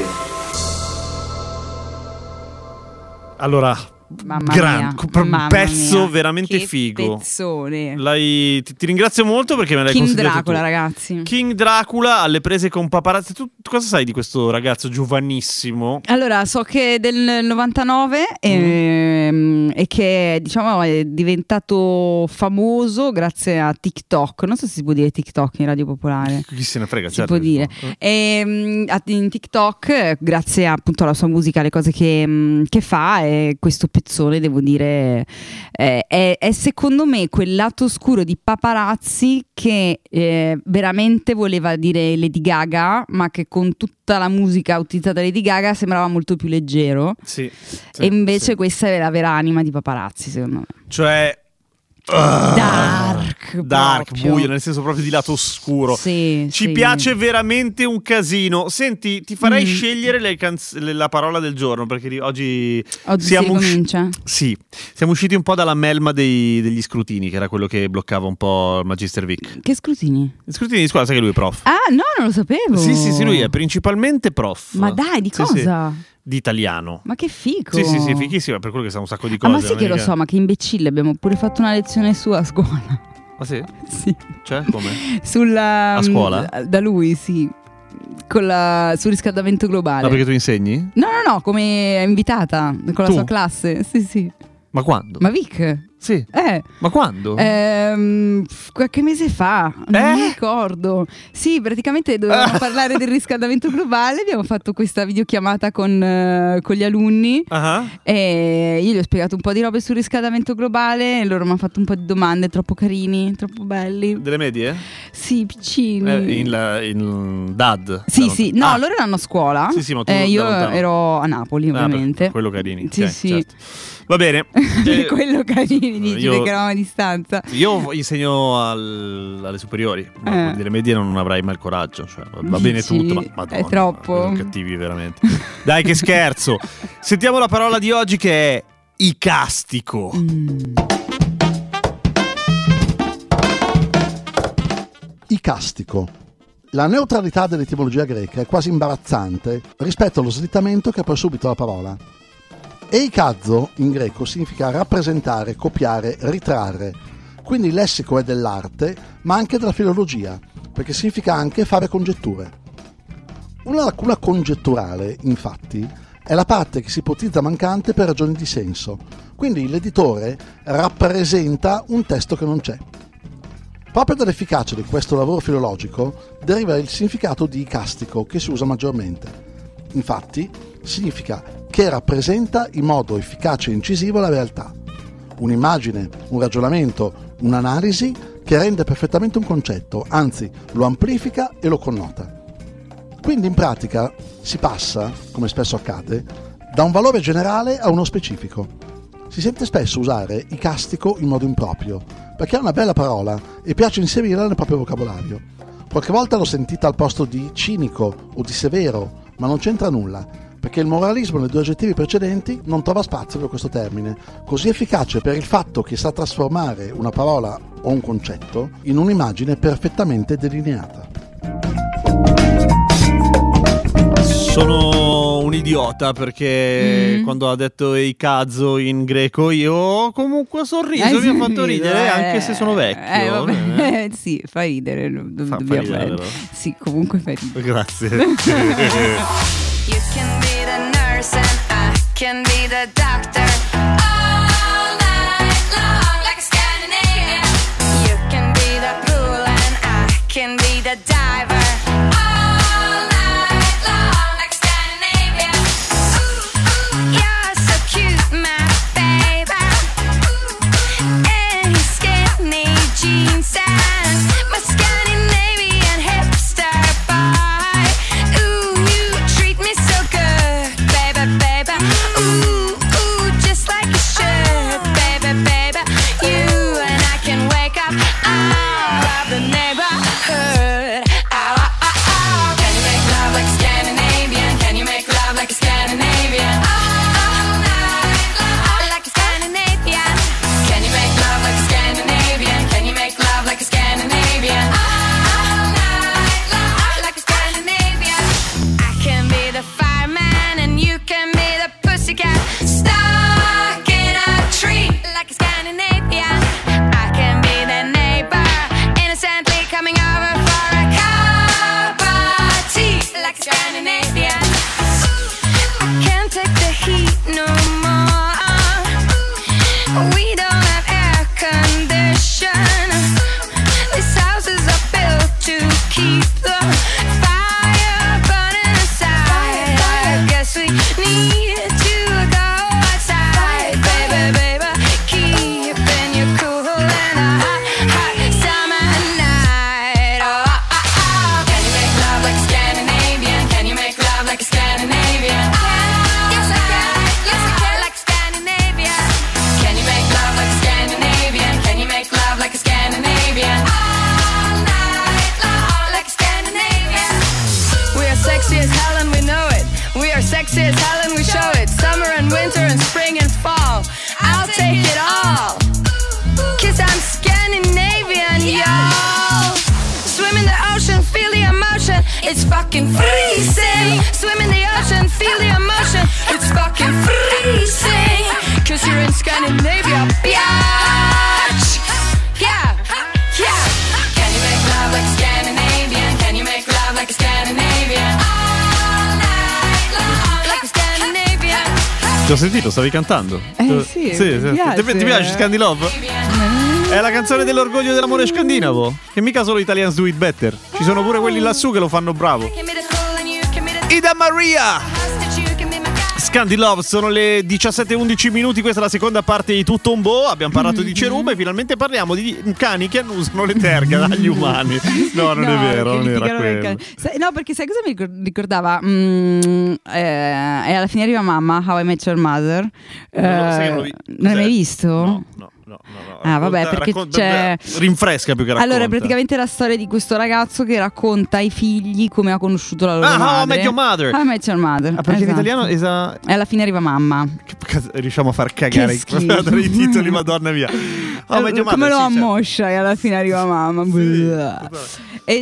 Allora, Mamma gran, mia, co- un mamma pezzo mia, veramente che figo. pezzone. L'hai, ti, ti ringrazio molto perché me l'hai King consigliato Dracula, tu. ragazzi. King Dracula alle prese con paparazzi. Tu, tu cosa sai di questo ragazzo giovanissimo? Allora, so che è del novantanove ehm, e che diciamo è diventato famoso grazie a TikTok. Non so se si può dire TikTok in Radio Popolare. Chi se ne frega, Si certo. può dire. Ehm, a- in TikTok, eh, grazie appunto alla sua musica, alle cose che, mm, che fa, e questo pezzone, devo dire, eh, è, è secondo me quel lato oscuro di Paparazzi che eh, veramente voleva dire Lady Gaga, ma che con tutta la musica utilizzata da Lady Gaga sembrava molto più leggero. Sì, sì, E invece sì. questa è la vera anima di Paparazzi, secondo me. Cioè Dark, dark, proprio. buio, nel senso proprio di lato oscuro. Sì, Ci sì. piace veramente un casino. Senti, ti farei Mm. scegliere le canz- le- la parola del giorno, perché di- oggi Oggi siamo si usci- ricomincia. Sì, siamo usciti un po' dalla melma dei- degli scrutini, che era quello che bloccava un po' il Magister Vic. Che scrutini? Gli scrutini di scuola, sai che lui è prof. Ah, no, non lo sapevo. Sì, sì, sì, lui è principalmente prof. Ma dai, di Sì, sì, cosa? di italiano. Ma che figo. Sì, sì, sì, fighissimo, per quello che sa un sacco di Ah, cose. ma sai non che è lo so, ma che imbecille, abbiamo pure fatto una lezione su a scuola. Ma sì? Sì. Cioè, come? Sulla, A scuola? Da lui, sì. Con la, sul riscaldamento globale. No, perché tu insegni? No, no, no, come invitata con la Tu? sua classe. Sì, sì. Ma quando? Ma Vic? Sì. Eh. Ma quando? Ehm, qualche mese fa, non Eh? mi ricordo. Sì, praticamente dovevamo parlare del riscaldamento globale. Abbiamo fatto questa videochiamata con, eh, con gli alunni. Ah. E io gli ho spiegato un po' di robe sul riscaldamento globale e loro mi hanno fatto un po' di domande, troppo carini, troppo belli. Delle medie? Sì, piccini. Eh, in, la- in D A D? Sì, Da sì, lontano. no, Ah. loro erano a scuola. Sì, sì, ma tu Eh, io da lontano. ero a Napoli, Ah, per- ovviamente. per quello carini. Sì, Ok, sì. certo. Va bene. Eh, Quello carini, dici, io- perché eravamo a distanza. Io insegno al- alle superiori, ma Eh. quelli delle medie non avrai mai il coraggio. Cioè, va bene Dici? tutto, ma Madonna, È troppo. sono cattivi veramente. Dai, che scherzo. Sentiamo la parola di oggi che è icastico. Mm. Icastico. La neutralità dell'etimologia greca è quasi imbarazzante rispetto allo slittamento che ha poi subito la parola. Eikazo in greco significa rappresentare, copiare, ritrarre. Quindi il lessico è dell'arte, ma anche della filologia, perché significa anche fare congetture. Una lacuna congetturale, infatti, è la parte che si ipotizza mancante per ragioni di senso. Quindi l'editore rappresenta un testo che non c'è. Proprio dall'efficacia di questo lavoro filologico deriva il significato di icastico che si usa maggiormente. Infatti, significa che rappresenta in modo efficace e incisivo la realtà. Un'immagine, un ragionamento, un'analisi che rende perfettamente un concetto, anzi lo amplifica e lo connota. Quindi in pratica si passa, come spesso accade, da un valore generale a uno specifico. Si sente spesso usare icastico in modo improprio, perché è una bella parola e piace inserirla nel proprio vocabolario. Qualche volta l'ho sentita al posto di cinico o di severo, ma non c'entra nulla, perché il moralismo nei due aggettivi precedenti non trova spazio per questo termine, così efficace per il fatto che sa trasformare una parola o un concetto in un'immagine perfettamente delineata. Sono un idiota perché Mm. quando ha detto eikazo in greco io comunque ho sorriso, Hai mi ha fatto sorriso, ridere eh. anche se sono vecchio. Eh, vabbè. Eh. Sì, fa ridere. do- Fa- fa dobbiamo ridere, fare- vero? Sì, comunque fa ridere. Grazie. You can be the nurse and I can be the doctor. All night long like a Scandinavian. You can be the pool and I can be the diver. All night long like a Scandinavian. Ooh, ooh, you're so cute, my baby. Ooh, and his skinny jeans and my Scandinavian hipster boy. Ooh, you treat me so good, baby, baby. Ooh, ooh, just like you should, baby, baby. You and I can wake up all of the neighborhood. Ow, ow, ow, ow. Can you make love like a Scandinavian? Can you make love like a Scandinavian? All night long like a Scandinavian. Can you make love like a Scandinavian? Can you make love like a Scandinavian? All night long like a Scandinavian. I can be the fireman and you can be the pussycat stuck in a tree like a Scandinavian. I can be the neighbor innocently coming over for a cup of tea like a Scandinavian. I can't take the heat no more. We don't have air condition. These houses are built to keep the fire burning inside. I guess we need to go outside, baby, baby. Keeping you cool in a hot, hot summer night. Oh, oh, oh, oh. Can you make love like a Scandinavian? Can you make love like a Scandinavian? Yes, I can. Yes, I can. Like a Scandinavian. Can you make love like a Scandinavian? Can you make love like a Scandinavian? All night long like a Scandinavian. We are sexy as hell and we know it. We are sexy as hell and we show it. Summer and winter and spring and fall. I'll take it all. Cause I'm Scandinavian, y'all. Swim in the ocean, feel the emotion. It's fucking freezing. Swim in the ocean, feel the emotion. It's fucking freezing. Cause you're in Scandinavia, biatch. Yeah, yeah. Can you make love like a Scandinavian? Can you make love like a Scandinavian? All night long like a Scandinavian. Ti ho sentito, stavi cantando. Eh sì, sì, mi sì. piace. Ti, ti piace Scandi Love? È la canzone dell'orgoglio dell'amore scandinavo. Che mica solo Italians do it better. Ci sono pure quelli lassù che lo fanno bravo. Ida Maria! Scandi Love, sono le diciassette e undici minuti, questa è la seconda parte di Tutto un Boh. Abbiamo parlato di cerume e finalmente parliamo di cani che annusano le terghe dagli umani. No, non No, è vero, che non era litigano nel quello. cane. Sai- no, perché sai cosa mi ricor- ricordava? Mm, eh, e alla fine arriva mamma, How I Met Your Mother. Non lo- sai che Eh, non l'ho vi- non l'hai mai cos'è? visto? No, no, no, no, no. Ah, vabbè, Racconta- perché racconta- c'è- rinfresca più che racconta. Allora, è praticamente la storia di questo ragazzo che racconta ai figli come ha conosciuto la loro Ah, madre. How I Met Your Mother. How I Met Your Mother. Ah, perché in esatto. italiano esa... E alla fine arriva mamma. Che cazzo, riusciamo a far cagare Che schifo. tra i titoli, madonna mia. How I Met Your Mother, come lo sì, certo. ammoscia e alla fine arriva mamma. Blah. E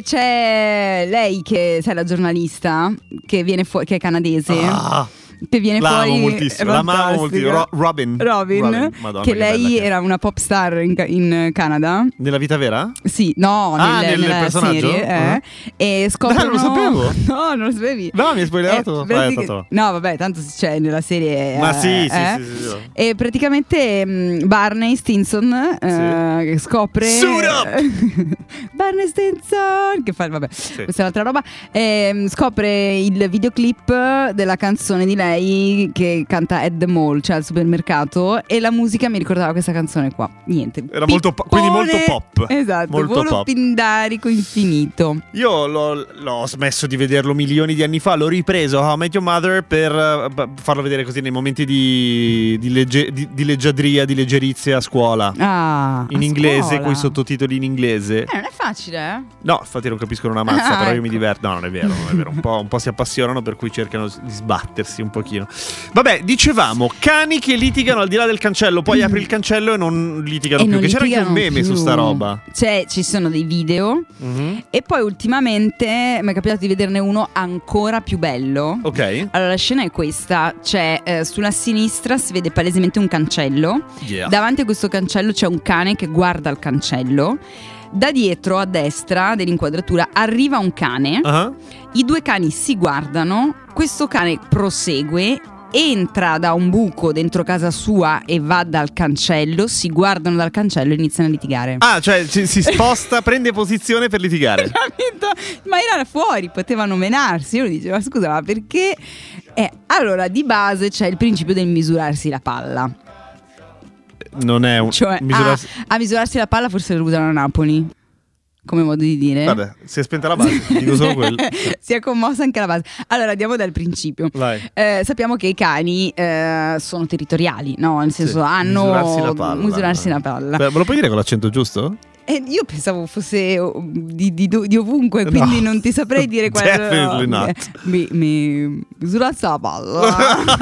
c'è lei che, sai, la giornalista che viene fuori, che è canadese. Ah, Che viene la amo fuori moltissimo, la amavo fantastica. moltissimo. Ro- Robin. Robin, Robin, Madonna, che che bella lei che è. era una pop star in, ca- in Canada. Nella vita vera? Sì, no, Ah, nel, nel nella personaggio? serie. eh. Ah. E scoprono... Dai, non lo sapevo. No, non lo sapevi. No, mi hai spoilerato. Eh, Vai, pratica- Totò. No, vabbè, tanto c'è nella serie. Ma eh, sì, sì, eh. sì, sì, sì. E praticamente mh, Barney Stinson eh, che scopre Suit up! Barney Stinson che fa vabbè, questa è un'altra roba. E, scopre il videoclip della canzone di lei che canta at the mall, cioè al supermercato, e la musica mi ricordava questa canzone qua. Niente. Era molto po- quindi molto pop. Esatto, Molto volo pop. pindarico infinito. Io l'ho, l'ho smesso di vederlo milioni di anni fa, l'ho ripreso How I Met Your Mother per eh, b- farlo vedere così nei momenti di, di, legge- di, di leggiadria, di leggerizia a scuola. Ah, In a inglese, scuola. con i sottotitoli in inglese. Eh, non è facile, eh? No, infatti non capiscono una mazza, Ah, però io mi ecco. diverto. No, non è vero, non è vero. Un po', un po' si appassionano, per cui cercano di sbattersi un pochino. Vabbè, dicevamo, cani che litigano al di là del cancello, poi apri il cancello e non litigano E più. non Che c'era anche un litigano meme più. su sta roba. Cioè, ci sono dei video. Mhm. E poi ultimamente mi è capitato di vederne uno ancora più bello. Ok. Allora, la scena è questa: c'è eh, sulla sinistra si vede palesemente un cancello. Yeah. Davanti a questo cancello c'è un cane che guarda il cancello. Da dietro, a destra dell'inquadratura, arriva un cane. Ah. I due cani si guardano. Questo cane prosegue, entra da un buco dentro casa sua e va dal cancello. Si guardano dal cancello e iniziano a litigare. Ah, cioè ci- si sposta, prende posizione per litigare. Capito? Ma era fuori, potevano menarsi. Io gli dicevo, ma scusa, ma perché? Eh, allora, di base c'è il principio del misurarsi la palla. Non è un Cioè, misurarsi- a, a misurarsi la palla forse lo usano a Napoli, come modo di dire. Vabbè, si è spenta la base, ti dico solo quello. Si è commossa anche la base. Allora, andiamo dal principio. Vai. Eh, sappiamo che i cani eh, sono territoriali, no? Nel senso, Sì, hanno misurarsi la palla. misurarsi la palla. Beh, me lo puoi dire con l'accento giusto? E io pensavo fosse oh, di, di, di ovunque, quindi No. non ti saprei dire qual Definitely not. Mi, mi misurarsi la palla.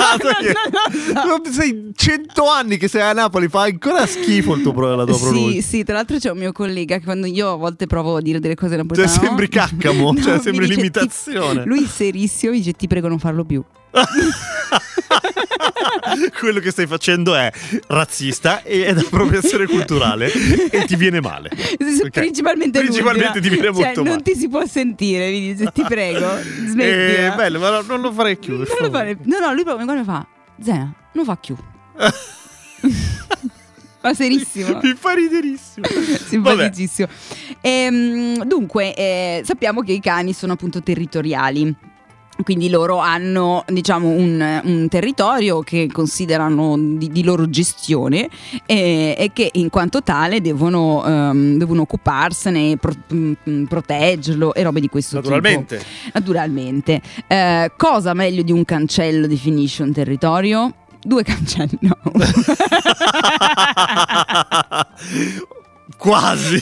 Non sei cento anni che sei a Napoli, fa ancora schifo il tuo pro- la tua pronuncia. Sì, sì, tra l'altro c'è un mio collega che quando io a volte provo a dire delle cose Cioè napoletane, sembri caccamo, cioè mi sembri dice, l'imitazione. ti- lui serissimo mi dice ti prego non farlo più. Quello che stai facendo è razzista e è d'appropriazione culturale e ti viene male. Ok? Principalmente Principalmente l'ultima. ti viene Cioè, molto non male. ti si può sentire, mi dice ti prego, smettila. Eh, bello, ma no- non lo farei più. per Non lo favore. fare- No, no, lui proprio mi guarda e fa Zena, non fa più. Ma serissimo. Mi fa riderissimo. Simpaticissimo. Ehm, dunque, eh, sappiamo che i cani sono appunto territoriali. Quindi loro hanno, diciamo, un, un territorio che considerano di, di loro gestione e, e che in quanto tale devono, ehm, devono occuparsene, pro, mh, proteggerlo e robe di questo Naturalmente. tipo. Naturalmente. Eh, cosa meglio di un cancello definisce un territorio? Due cancelli, no. Quasi.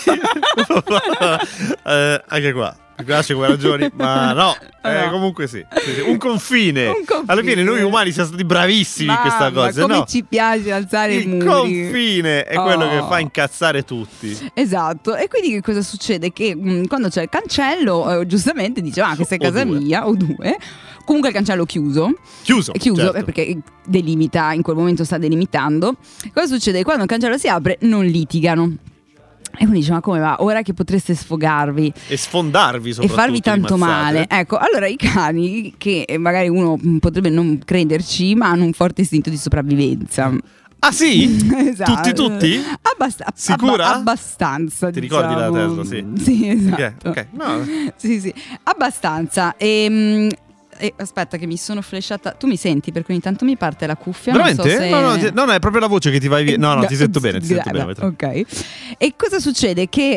Eh, anche qua. Mi piace come ragioni, ma no. Eh, No. comunque sì. Sì, sì. Un confine. Un confine. Alla fine noi umani siamo stati bravissimi in Mamma, questa cosa. come No. ci piace alzare i Il muri. confine è quello Oh. che fa incazzare tutti. Esatto, e quindi che cosa succede? Che mh, quando c'è il cancello, eh, giustamente dice: ah, questa è O casa due. mia, o due. Comunque il cancello chiuso. Chiuso. È chiuso certo. eh, perché delimita, in quel momento sta delimitando. Cosa succede? Quando il cancello si apre, non litigano. E uno dice: ma come va? Ora che potreste sfogarvi E sfondarvi e soprattutto. farvi tanto di mazzate. male, ecco, allora i cani, che magari uno potrebbe non crederci, ma hanno un forte istinto di sopravvivenza. Ah sì? Esatto. Tutti tutti? Abbast- Sicura? abba- abbastanza. Ti ricordi la diciamo. Tesla? Sì. Sì, esatto. Ok, ok. No. Sì, sì, abbastanza. Ehm, E, aspetta che mi sono flashata. Tu mi senti? Perché ogni tanto mi parte la cuffia. Veramente? Non so se... No, no, ti- no, no, è proprio la voce che ti vai via. No, no, ti sento bene, ti sento bene. Ok. E cosa succede? Che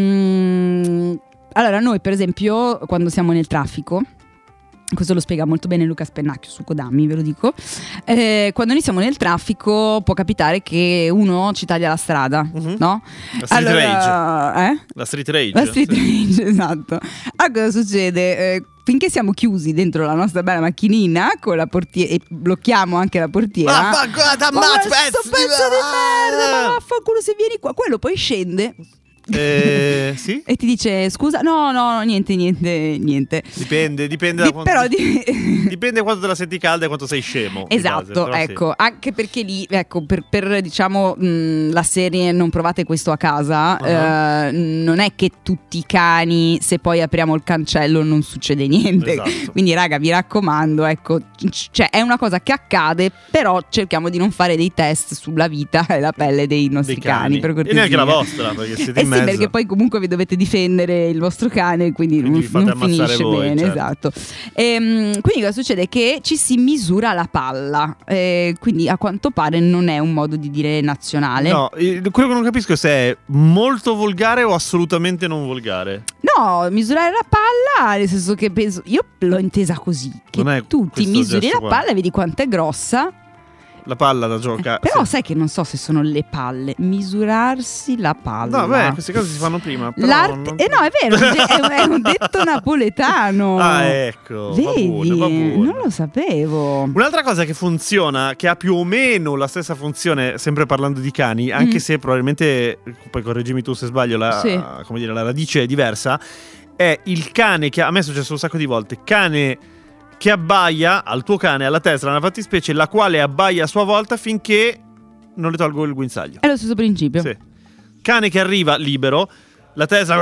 ehm, allora noi per esempio quando siamo nel traffico, questo lo spiega molto bene Luca Spennacchio su Kodami, ve lo dico, eh, quando noi siamo nel traffico può capitare che uno ci taglia la strada, Mhm. no? La street allora, eh? La street rage. La street Sì. rage, esatto. Allora cosa succede? Eh, finché siamo chiusi dentro la nostra bella macchinina con la portiera e blocchiamo anche la portiera. Ma fa guarda, ma ammazza, questo pezzi pezzo di- di merda, ma vaffanculo se vieni qua. Quello poi scende Eh, sì? e ti dice scusa, no, no, no, niente, niente, niente. Dipende, dipende da Di- quanto. però di- Dipende quanto te la senti calda e quanto sei scemo. di Esatto, base, però sì. ecco, anche perché lì, ecco, per, per diciamo mh, la serie Non provate questo a casa, Uh-huh. eh, non è che tutti i cani, se poi apriamo il cancello non succede niente. Esatto. Quindi raga, vi raccomando, ecco, c- cioè è una cosa che accade, però cerchiamo di non fare dei test sulla vita e la pelle dei nostri Dei cani, cani. per E cortesia. neanche la vostra, perché siete Eh in sì, mezzo. perché poi comunque vi dovete difendere il vostro cane, quindi, Quindi non, vi fate non ammazzare finisce voi, bene, certo. esatto. Ehm, quindi cosa succede? Che ci si misura la palla, eh, quindi a quanto pare non è un modo di dire nazionale. No, eh, quello che non capisco è se è molto volgare o assolutamente non volgare. No, misurare la palla, nel senso che penso, io l'ho intesa così, che Non è tu ti questo misuri gesto la qua. palla e vedi quanto è grossa. La palla da gioca. Però sì. sai che non so se sono le palle, misurarsi la palla. No, beh, queste cose si fanno prima. Però L'arte, non- eh no, è vero, è un, è un detto napoletano. Ah, ecco. va Vedi, buono, va buono. non lo sapevo. Un'altra cosa che funziona, che ha più o meno la stessa funzione, sempre parlando di cani, anche Mm. se probabilmente, poi correggimi tu se sbaglio, la, Sì. come dire, la radice è diversa, è il cane che a me è successo un sacco di volte, cane che abbaia al tuo cane, alla Tesla, nella fattispecie, la quale abbaia a sua volta finché non le tolgo il guinzaglio. È lo stesso principio. Sì. Cane che arriva libero, la Tesla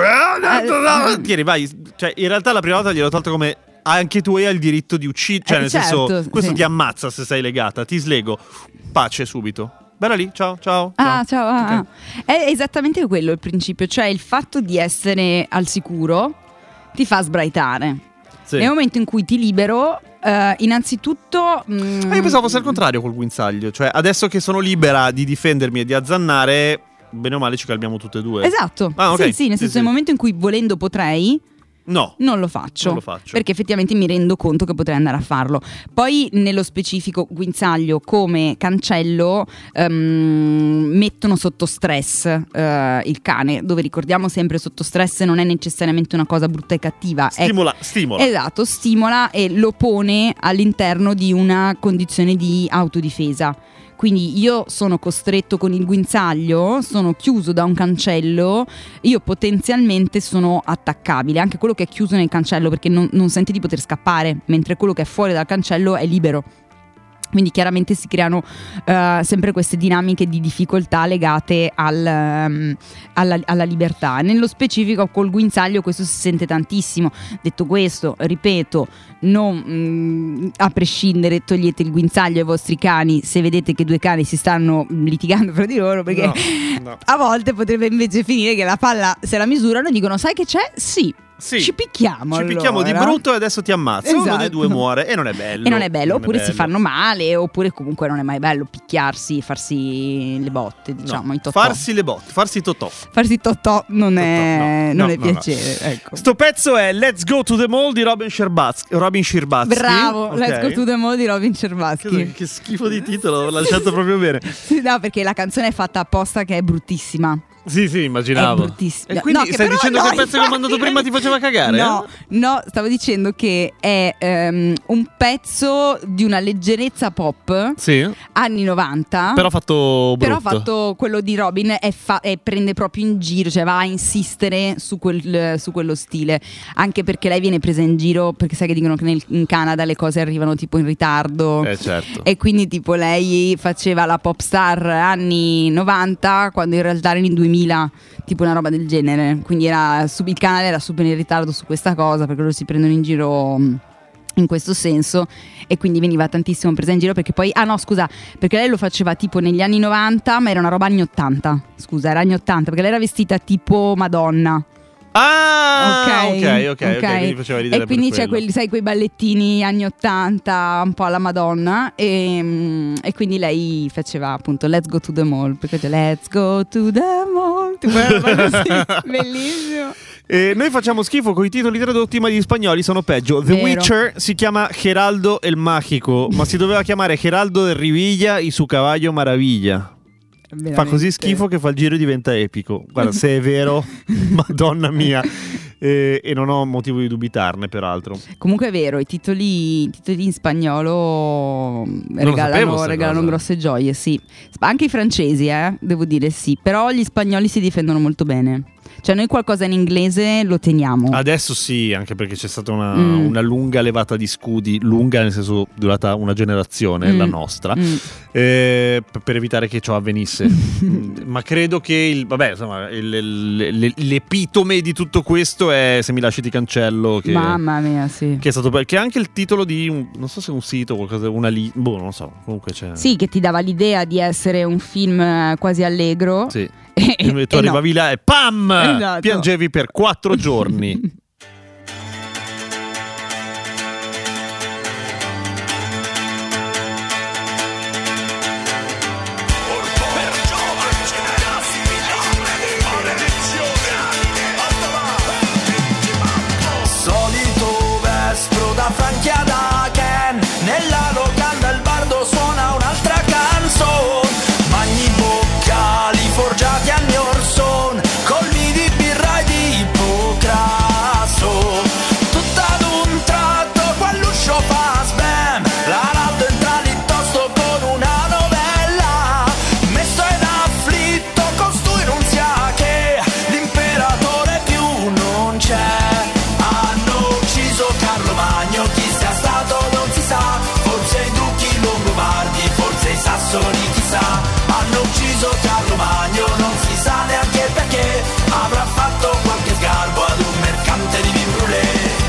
Eh, tieni, vai. Cioè, in realtà la prima volta gliel'ho tolto come anche tu hai il diritto di uccidere. Cioè, Eh, nel certo, senso, questo sì. ti ammazza se sei legata, ti slego. Pace subito. Bella lì, ciao, ciao. Ah, ciao. ah, Ok. ah. È esattamente quello il principio, cioè il fatto di essere al sicuro ti fa sbraitare. Sì. Nel momento in cui ti libero, eh, innanzitutto. mm, Ma io pensavo fosse al contrario col guinzaglio. Cioè, adesso che sono libera di difendermi e di azzannare, bene o male ci calmiamo tutte e due. Esatto. Ah, ok. Sì, sì, nel Sì, senso sì. nel momento in cui volendo potrei. No. Non lo faccio, Non lo faccio. perché effettivamente mi rendo conto che potrei andare a farlo. Poi nello specifico guinzaglio come cancello ehm, mettono sotto stress eh, il cane, dove ricordiamo sempre sotto stress non è necessariamente una cosa brutta e cattiva, è- Stimola, stimola. esatto, stimola e lo pone all'interno di una condizione di autodifesa. Quindi io sono costretto con il guinzaglio, sono chiuso da un cancello, io potenzialmente sono attaccabile, anche quello che è chiuso nel cancello perché non, non sente di poter scappare, mentre quello che è fuori dal cancello è libero. Quindi chiaramente si creano eh, sempre queste dinamiche di difficoltà legate al, ehm, alla, alla libertà. Nello specifico col guinzaglio questo si sente tantissimo. Detto questo, ripeto, non, mh, a prescindere togliete il guinzaglio ai vostri cani se vedete che due cani si stanno litigando fra di loro, perché No, no. a volte potrebbe invece finire che la palla se la misurano e dicono sai che c'è? Sì. Sì. Ci picchiamo Ci picchiamo di allora. brutto e adesso ti ammazzo. Uno dei Esatto. due muore e non è bello. E non è bello, Non oppure è si bello. fanno male, oppure comunque non è mai bello picchiarsi, farsi le botte, diciamo, No. i totò. Farsi le botte, farsi totò. Farsi totò non è, no, non no, è no, no. piacere, ecco. Sto pezzo è Let's Go to the Mall di Robin Scherbatsky. Robin Scherbatsky. Bravo, Ok. Let's Go to the Mall di Robin Che, Scherbatsky. che schifo di titolo, l'ho lasciato proprio bene. Sì, no, perché la canzone è fatta apposta che è bruttissima. Sì, sì, immaginavo. È bruttissimo. E quindi No, che stai però dicendo no, che il pezzo che ho infatti- mandato prima ti faceva cagare? No, eh? no, stavo dicendo che è ehm, un pezzo di una leggerezza pop Sì, anni novanta. però fatto brutto. Però ha fatto quello di Robin e, fa- e prende proprio in giro, cioè va a insistere su, quel- su quello stile, anche perché lei viene presa in giro perché sai che dicono che nel- in Canada le cose arrivano tipo in ritardo. Eh, certo. E quindi tipo lei faceva la pop star anni novanta quando in realtà era in duemila, tipo una roba del genere, quindi era, il canale era super in ritardo su questa cosa perché loro si prendono in giro in questo senso, e quindi veniva tantissimo presa in giro perché poi ah no scusa perché lei lo faceva tipo negli anni novanta, ma era una roba anni ottanta, scusa era anni ottanta perché lei era vestita tipo Madonna. Ah, ok, ok, ok, ok. quindi faceva ridere e quindi per c'è quello. quelli, sai, quei ballettini anni ottanta un po' alla Madonna, e, mm, e quindi lei faceva appunto Let's go to the mall, perché c'è Let's go to the mall, tipo una roba così, bellissimo. E noi facciamo schifo con i titoli tradotti, ma gli spagnoli sono peggio. The Vero. Witcher si chiama Geraldo el Mágico, ma si doveva chiamare Geraldo de Rivilla y su caballo Maraviglia. Fa così schifo che fa il giro e diventa epico. Guarda, se è vero, madonna mia. E, e non ho motivo di dubitarne, peraltro. Comunque è vero, i titoli, i titoli in spagnolo sapevo regalano, sta regalano cosa. grosse gioie, sì. Anche i francesi, eh, devo dire sì. Però gli spagnoli si difendono molto bene. Cioè noi qualcosa in inglese lo teniamo. Adesso sì, anche perché c'è stata una, Mm. una lunga levata di scudi, lunga nel senso durata una generazione, Mm. la nostra, Mm. eh, per- per evitare che ciò avvenisse. Mm, ma credo che il, vabbè, insomma, il- il- il- l'epitome di tutto questo è Se mi lasci ti cancello, che, Mamma mia, sì. che è stato be- che è anche il titolo di un, non so se è un sito o qualcosa, una lì, boh, non lo so, comunque c'è. Sì, che ti dava l'idea di essere un film eh, quasi allegro. Sì. E, E tu e no. arrivavi là e pam! Esatto. Piangevi per quattro giorni. Solito vespro da Franchia da Ken, nella locanda il bardo suona un'altra canzone. Magni boccali forgiati al mio orson, colmi di birra e di pocrasso. Tutto ad un tratto quell'uscio fa sbam, la notte entra lì tosto con una novella. Messo in afflitto costui non sia che l'imperatore più non c'è. Hanno ucciso Carlo Magno, chi sia stato non si sa, forse i duchi longobardi, forse i sassoni, chissà. Hanno ucciso Carlo Magno, non si sa neanche perché, avrà fatto qualche sgarbo ad un mercante di vin brûlé.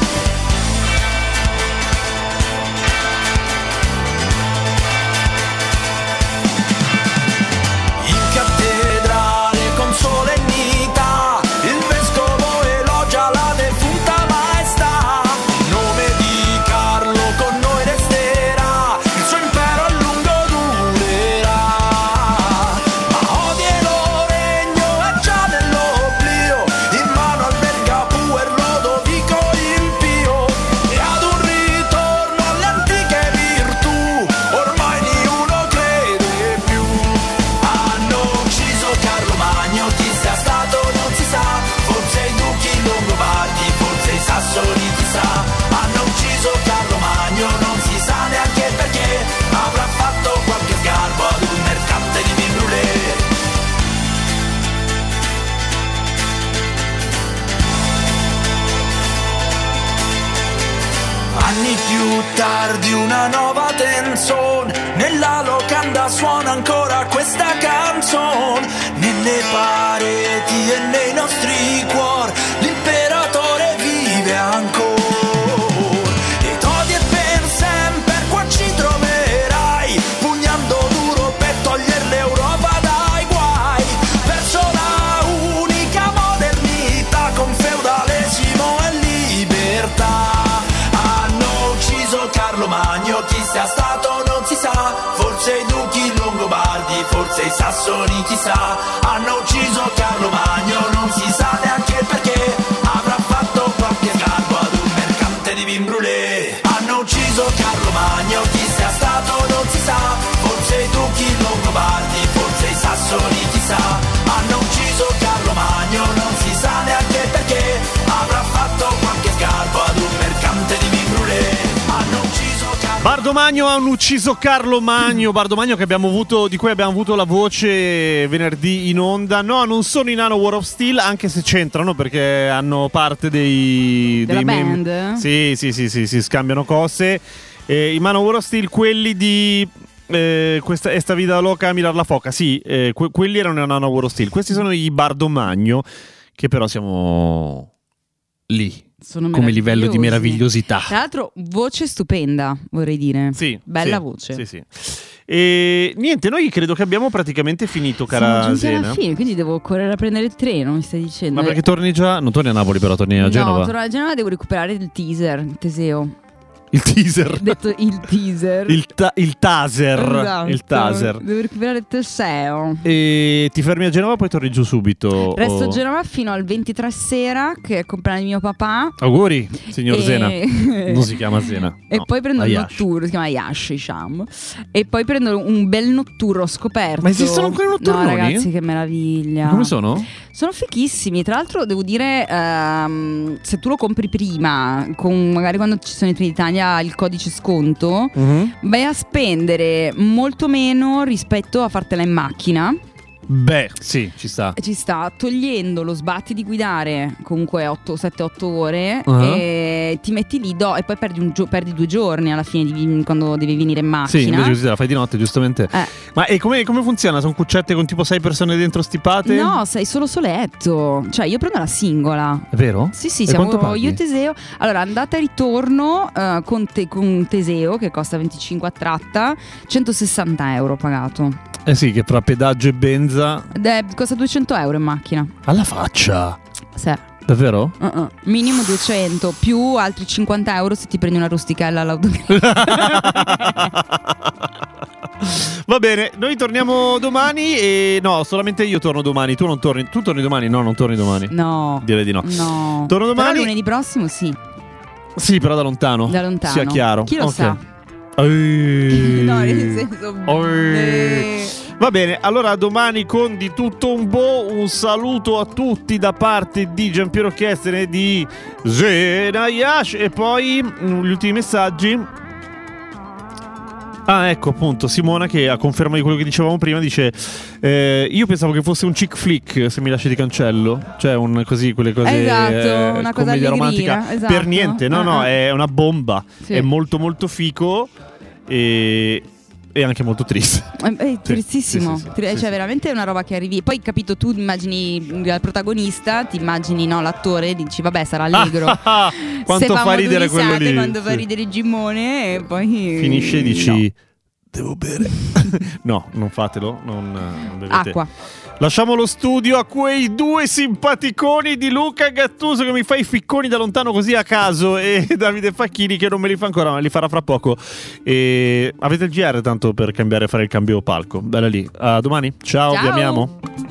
In cattedrale con solennità il vescovo elogia la defunta maestà. Il nome di Carlo con noi resterà, il suo impero a lungo durerà. Ma odia lo regno è già nell'oblio, in mano alberga puer Lodovico impio. E ad un ritorno alle antiche virtù ormai niuno crede più. Hanno ucciso Carlo Magno, chi sia stato non si sa, forse i duchi longobardi, forse i sassoni, chissà. Hanno ucciso Carlo Magno, non si sa neanche perché, avrà fatto qualche sgarbo ad un mercante di vin brûlé. Anni più tardi una nuova tensione, nella locanda suona ancora questa canzone. Nelle pareti e nei nostri cuori l'imperatore vive ancora. E todi e per sempre qua ci troverai, pugnando duro per togliere l'Europa dai guai. Verso la unica modernità con feudalesimo e libertà. Hanno ucciso Carlo Magno, chi sia stato non si sa, forse i duchi longobardi, forse i sassoni, chissà. Hanno ucciso Carlo Magno, non si sa neanche perché, avrà fatto qualche sgarbo ad un mercante di vin brûlé. Hanno ucciso Carlo Magno, chi sia stato non si sa, forse i duchi longobardi, forse i sassoni, chissà. Hanno ucciso Carlo Magno, non si sa neanche perché, avrà fatto qualche sgarbo ad un mercante di vin brûlé. Hanno ucciso Carlo Bardo Magno hanno ucciso Carlo Magno. Bardo Magno che abbiamo avuto, di cui abbiamo avuto la voce venerdì in onda. No, non sono in Nano War of Steel, anche se c'entrano perché hanno parte dei, Della dei mem- band? Sì, sì, sì, sì, si scambiano cose. Eh, in Nano War of Steel quelli di eh, questa è sta vita loca a mirar la foca. Sì, eh, que- quelli erano una nuova stile. Questi sono i Bardomagno, che però siamo lì. Sono come livello di meravigliosi. meravigliosità. Tra l'altro, voce stupenda, vorrei dire. Sì, Bella sì, voce. Sì, sì. E niente, noi credo che abbiamo praticamente finito, Siamo cara giunti Zena. alla fine, quindi devo correre a prendere il treno, mi stai dicendo? Ma perché torni già? Non torni a Napoli, però torni a Genova. No, torno a Genova, devo recuperare il teaser, il Teseo. Il teaser. Detto il teaser. Il, ta- il taser. Esatto. Il taser. Devo recuperare il Teseo. E ti fermi a Genova, poi torni giù subito. Resto o- a Genova fino al ventitré sera, che è il compleanno di mio papà. Auguri, signor E- Zena. Non si chiama Zena. E no, poi prendo il Ayash. notturno, si chiama Yash, diciamo. E poi prendo un bel notturno scoperto. Ma esistono ancora i notturnoni? No, ragazzi, che meraviglia. Come sono? Sono fichissimi. Tra l'altro, devo dire, ehm, se tu lo compri prima, con magari quando ci sono in Trenitalia il codice sconto, Mhm. vai a spendere molto meno rispetto a fartela in macchina. Beh, sì, ci sta. Ci sta togliendo lo sbatti di guidare comunque otto, sette otto ore Uh-huh. e ti metti lì do- e poi perdi, un gio- perdi due giorni alla fine di- quando devi venire in macchina. Sì, invece così te la fai di notte, giustamente. Eh. Ma e come, come funziona? Sono cuccette con tipo sei persone dentro stipate? No, sei solo soletto. Cioè, io prendo la singola. È vero? Sì, sì, E siamo quanto paghi? io e Teseo. Allora, andata e ritorno eh, con, te- con Teseo, che costa venticinque a tratta, centosessanta euro pagato. Eh sì, che fra pedaggio e benza. Ed è- costa duecento euro in macchina. Alla faccia. Sì. Davvero? Uh-uh. Minimo duecento, più altri cinquanta euro se ti prendi una rustichella all'autogrill. Va bene, noi torniamo domani e no, solamente io torno domani. Tu non torni? Tu torni domani? No, non torni domani. No. Direi di no. No. Torno domani. Però lunedì prossimo sì. Sì, però da lontano. Da lontano. Sia chiaro. Chi lo Ok. sa? Ehi. No, nel senso. Ehi. eh, Va bene, allora domani con di tutto un po', un saluto a tutti da parte di Giampiero Kesten e di Zena Yash e poi mm, gli ultimi messaggi. Ah, ecco appunto Simona che a conferma di quello che dicevamo prima dice eh, io pensavo che fosse un chick flick, se mi lasci ti cancello, cioè un così quelle cose Esatto, eh, una cosa commedia allegrina, romantica esatto. per niente, no Ah, no ah. è una bomba, Sì. è molto molto fico e, e anche molto triste. Eh, eh, tristissimo. sì, sì, sì, Tri- sì, cioè, sì. veramente è una roba che arrivi. Poi, capito, tu immagini il protagonista, ti immagini no, l'attore, dici vabbè, sarà allegro. Quanto Se fa ridere risate, quello lì. quando fa Sì. ridere Gimmone e poi Finisce e dici no. devo bere. No, non fatelo, non, non bevete. Acqua. Lasciamo lo studio a quei due simpaticoni di Luca Gattuso che mi fa i ficconi da lontano così a caso e Davide Facchini che non me li fa ancora ma li farà fra poco. E avete il G R tanto per cambiare, fare il cambio palco. Bella lì. A domani. Ciao, vi Ciao. amiamo.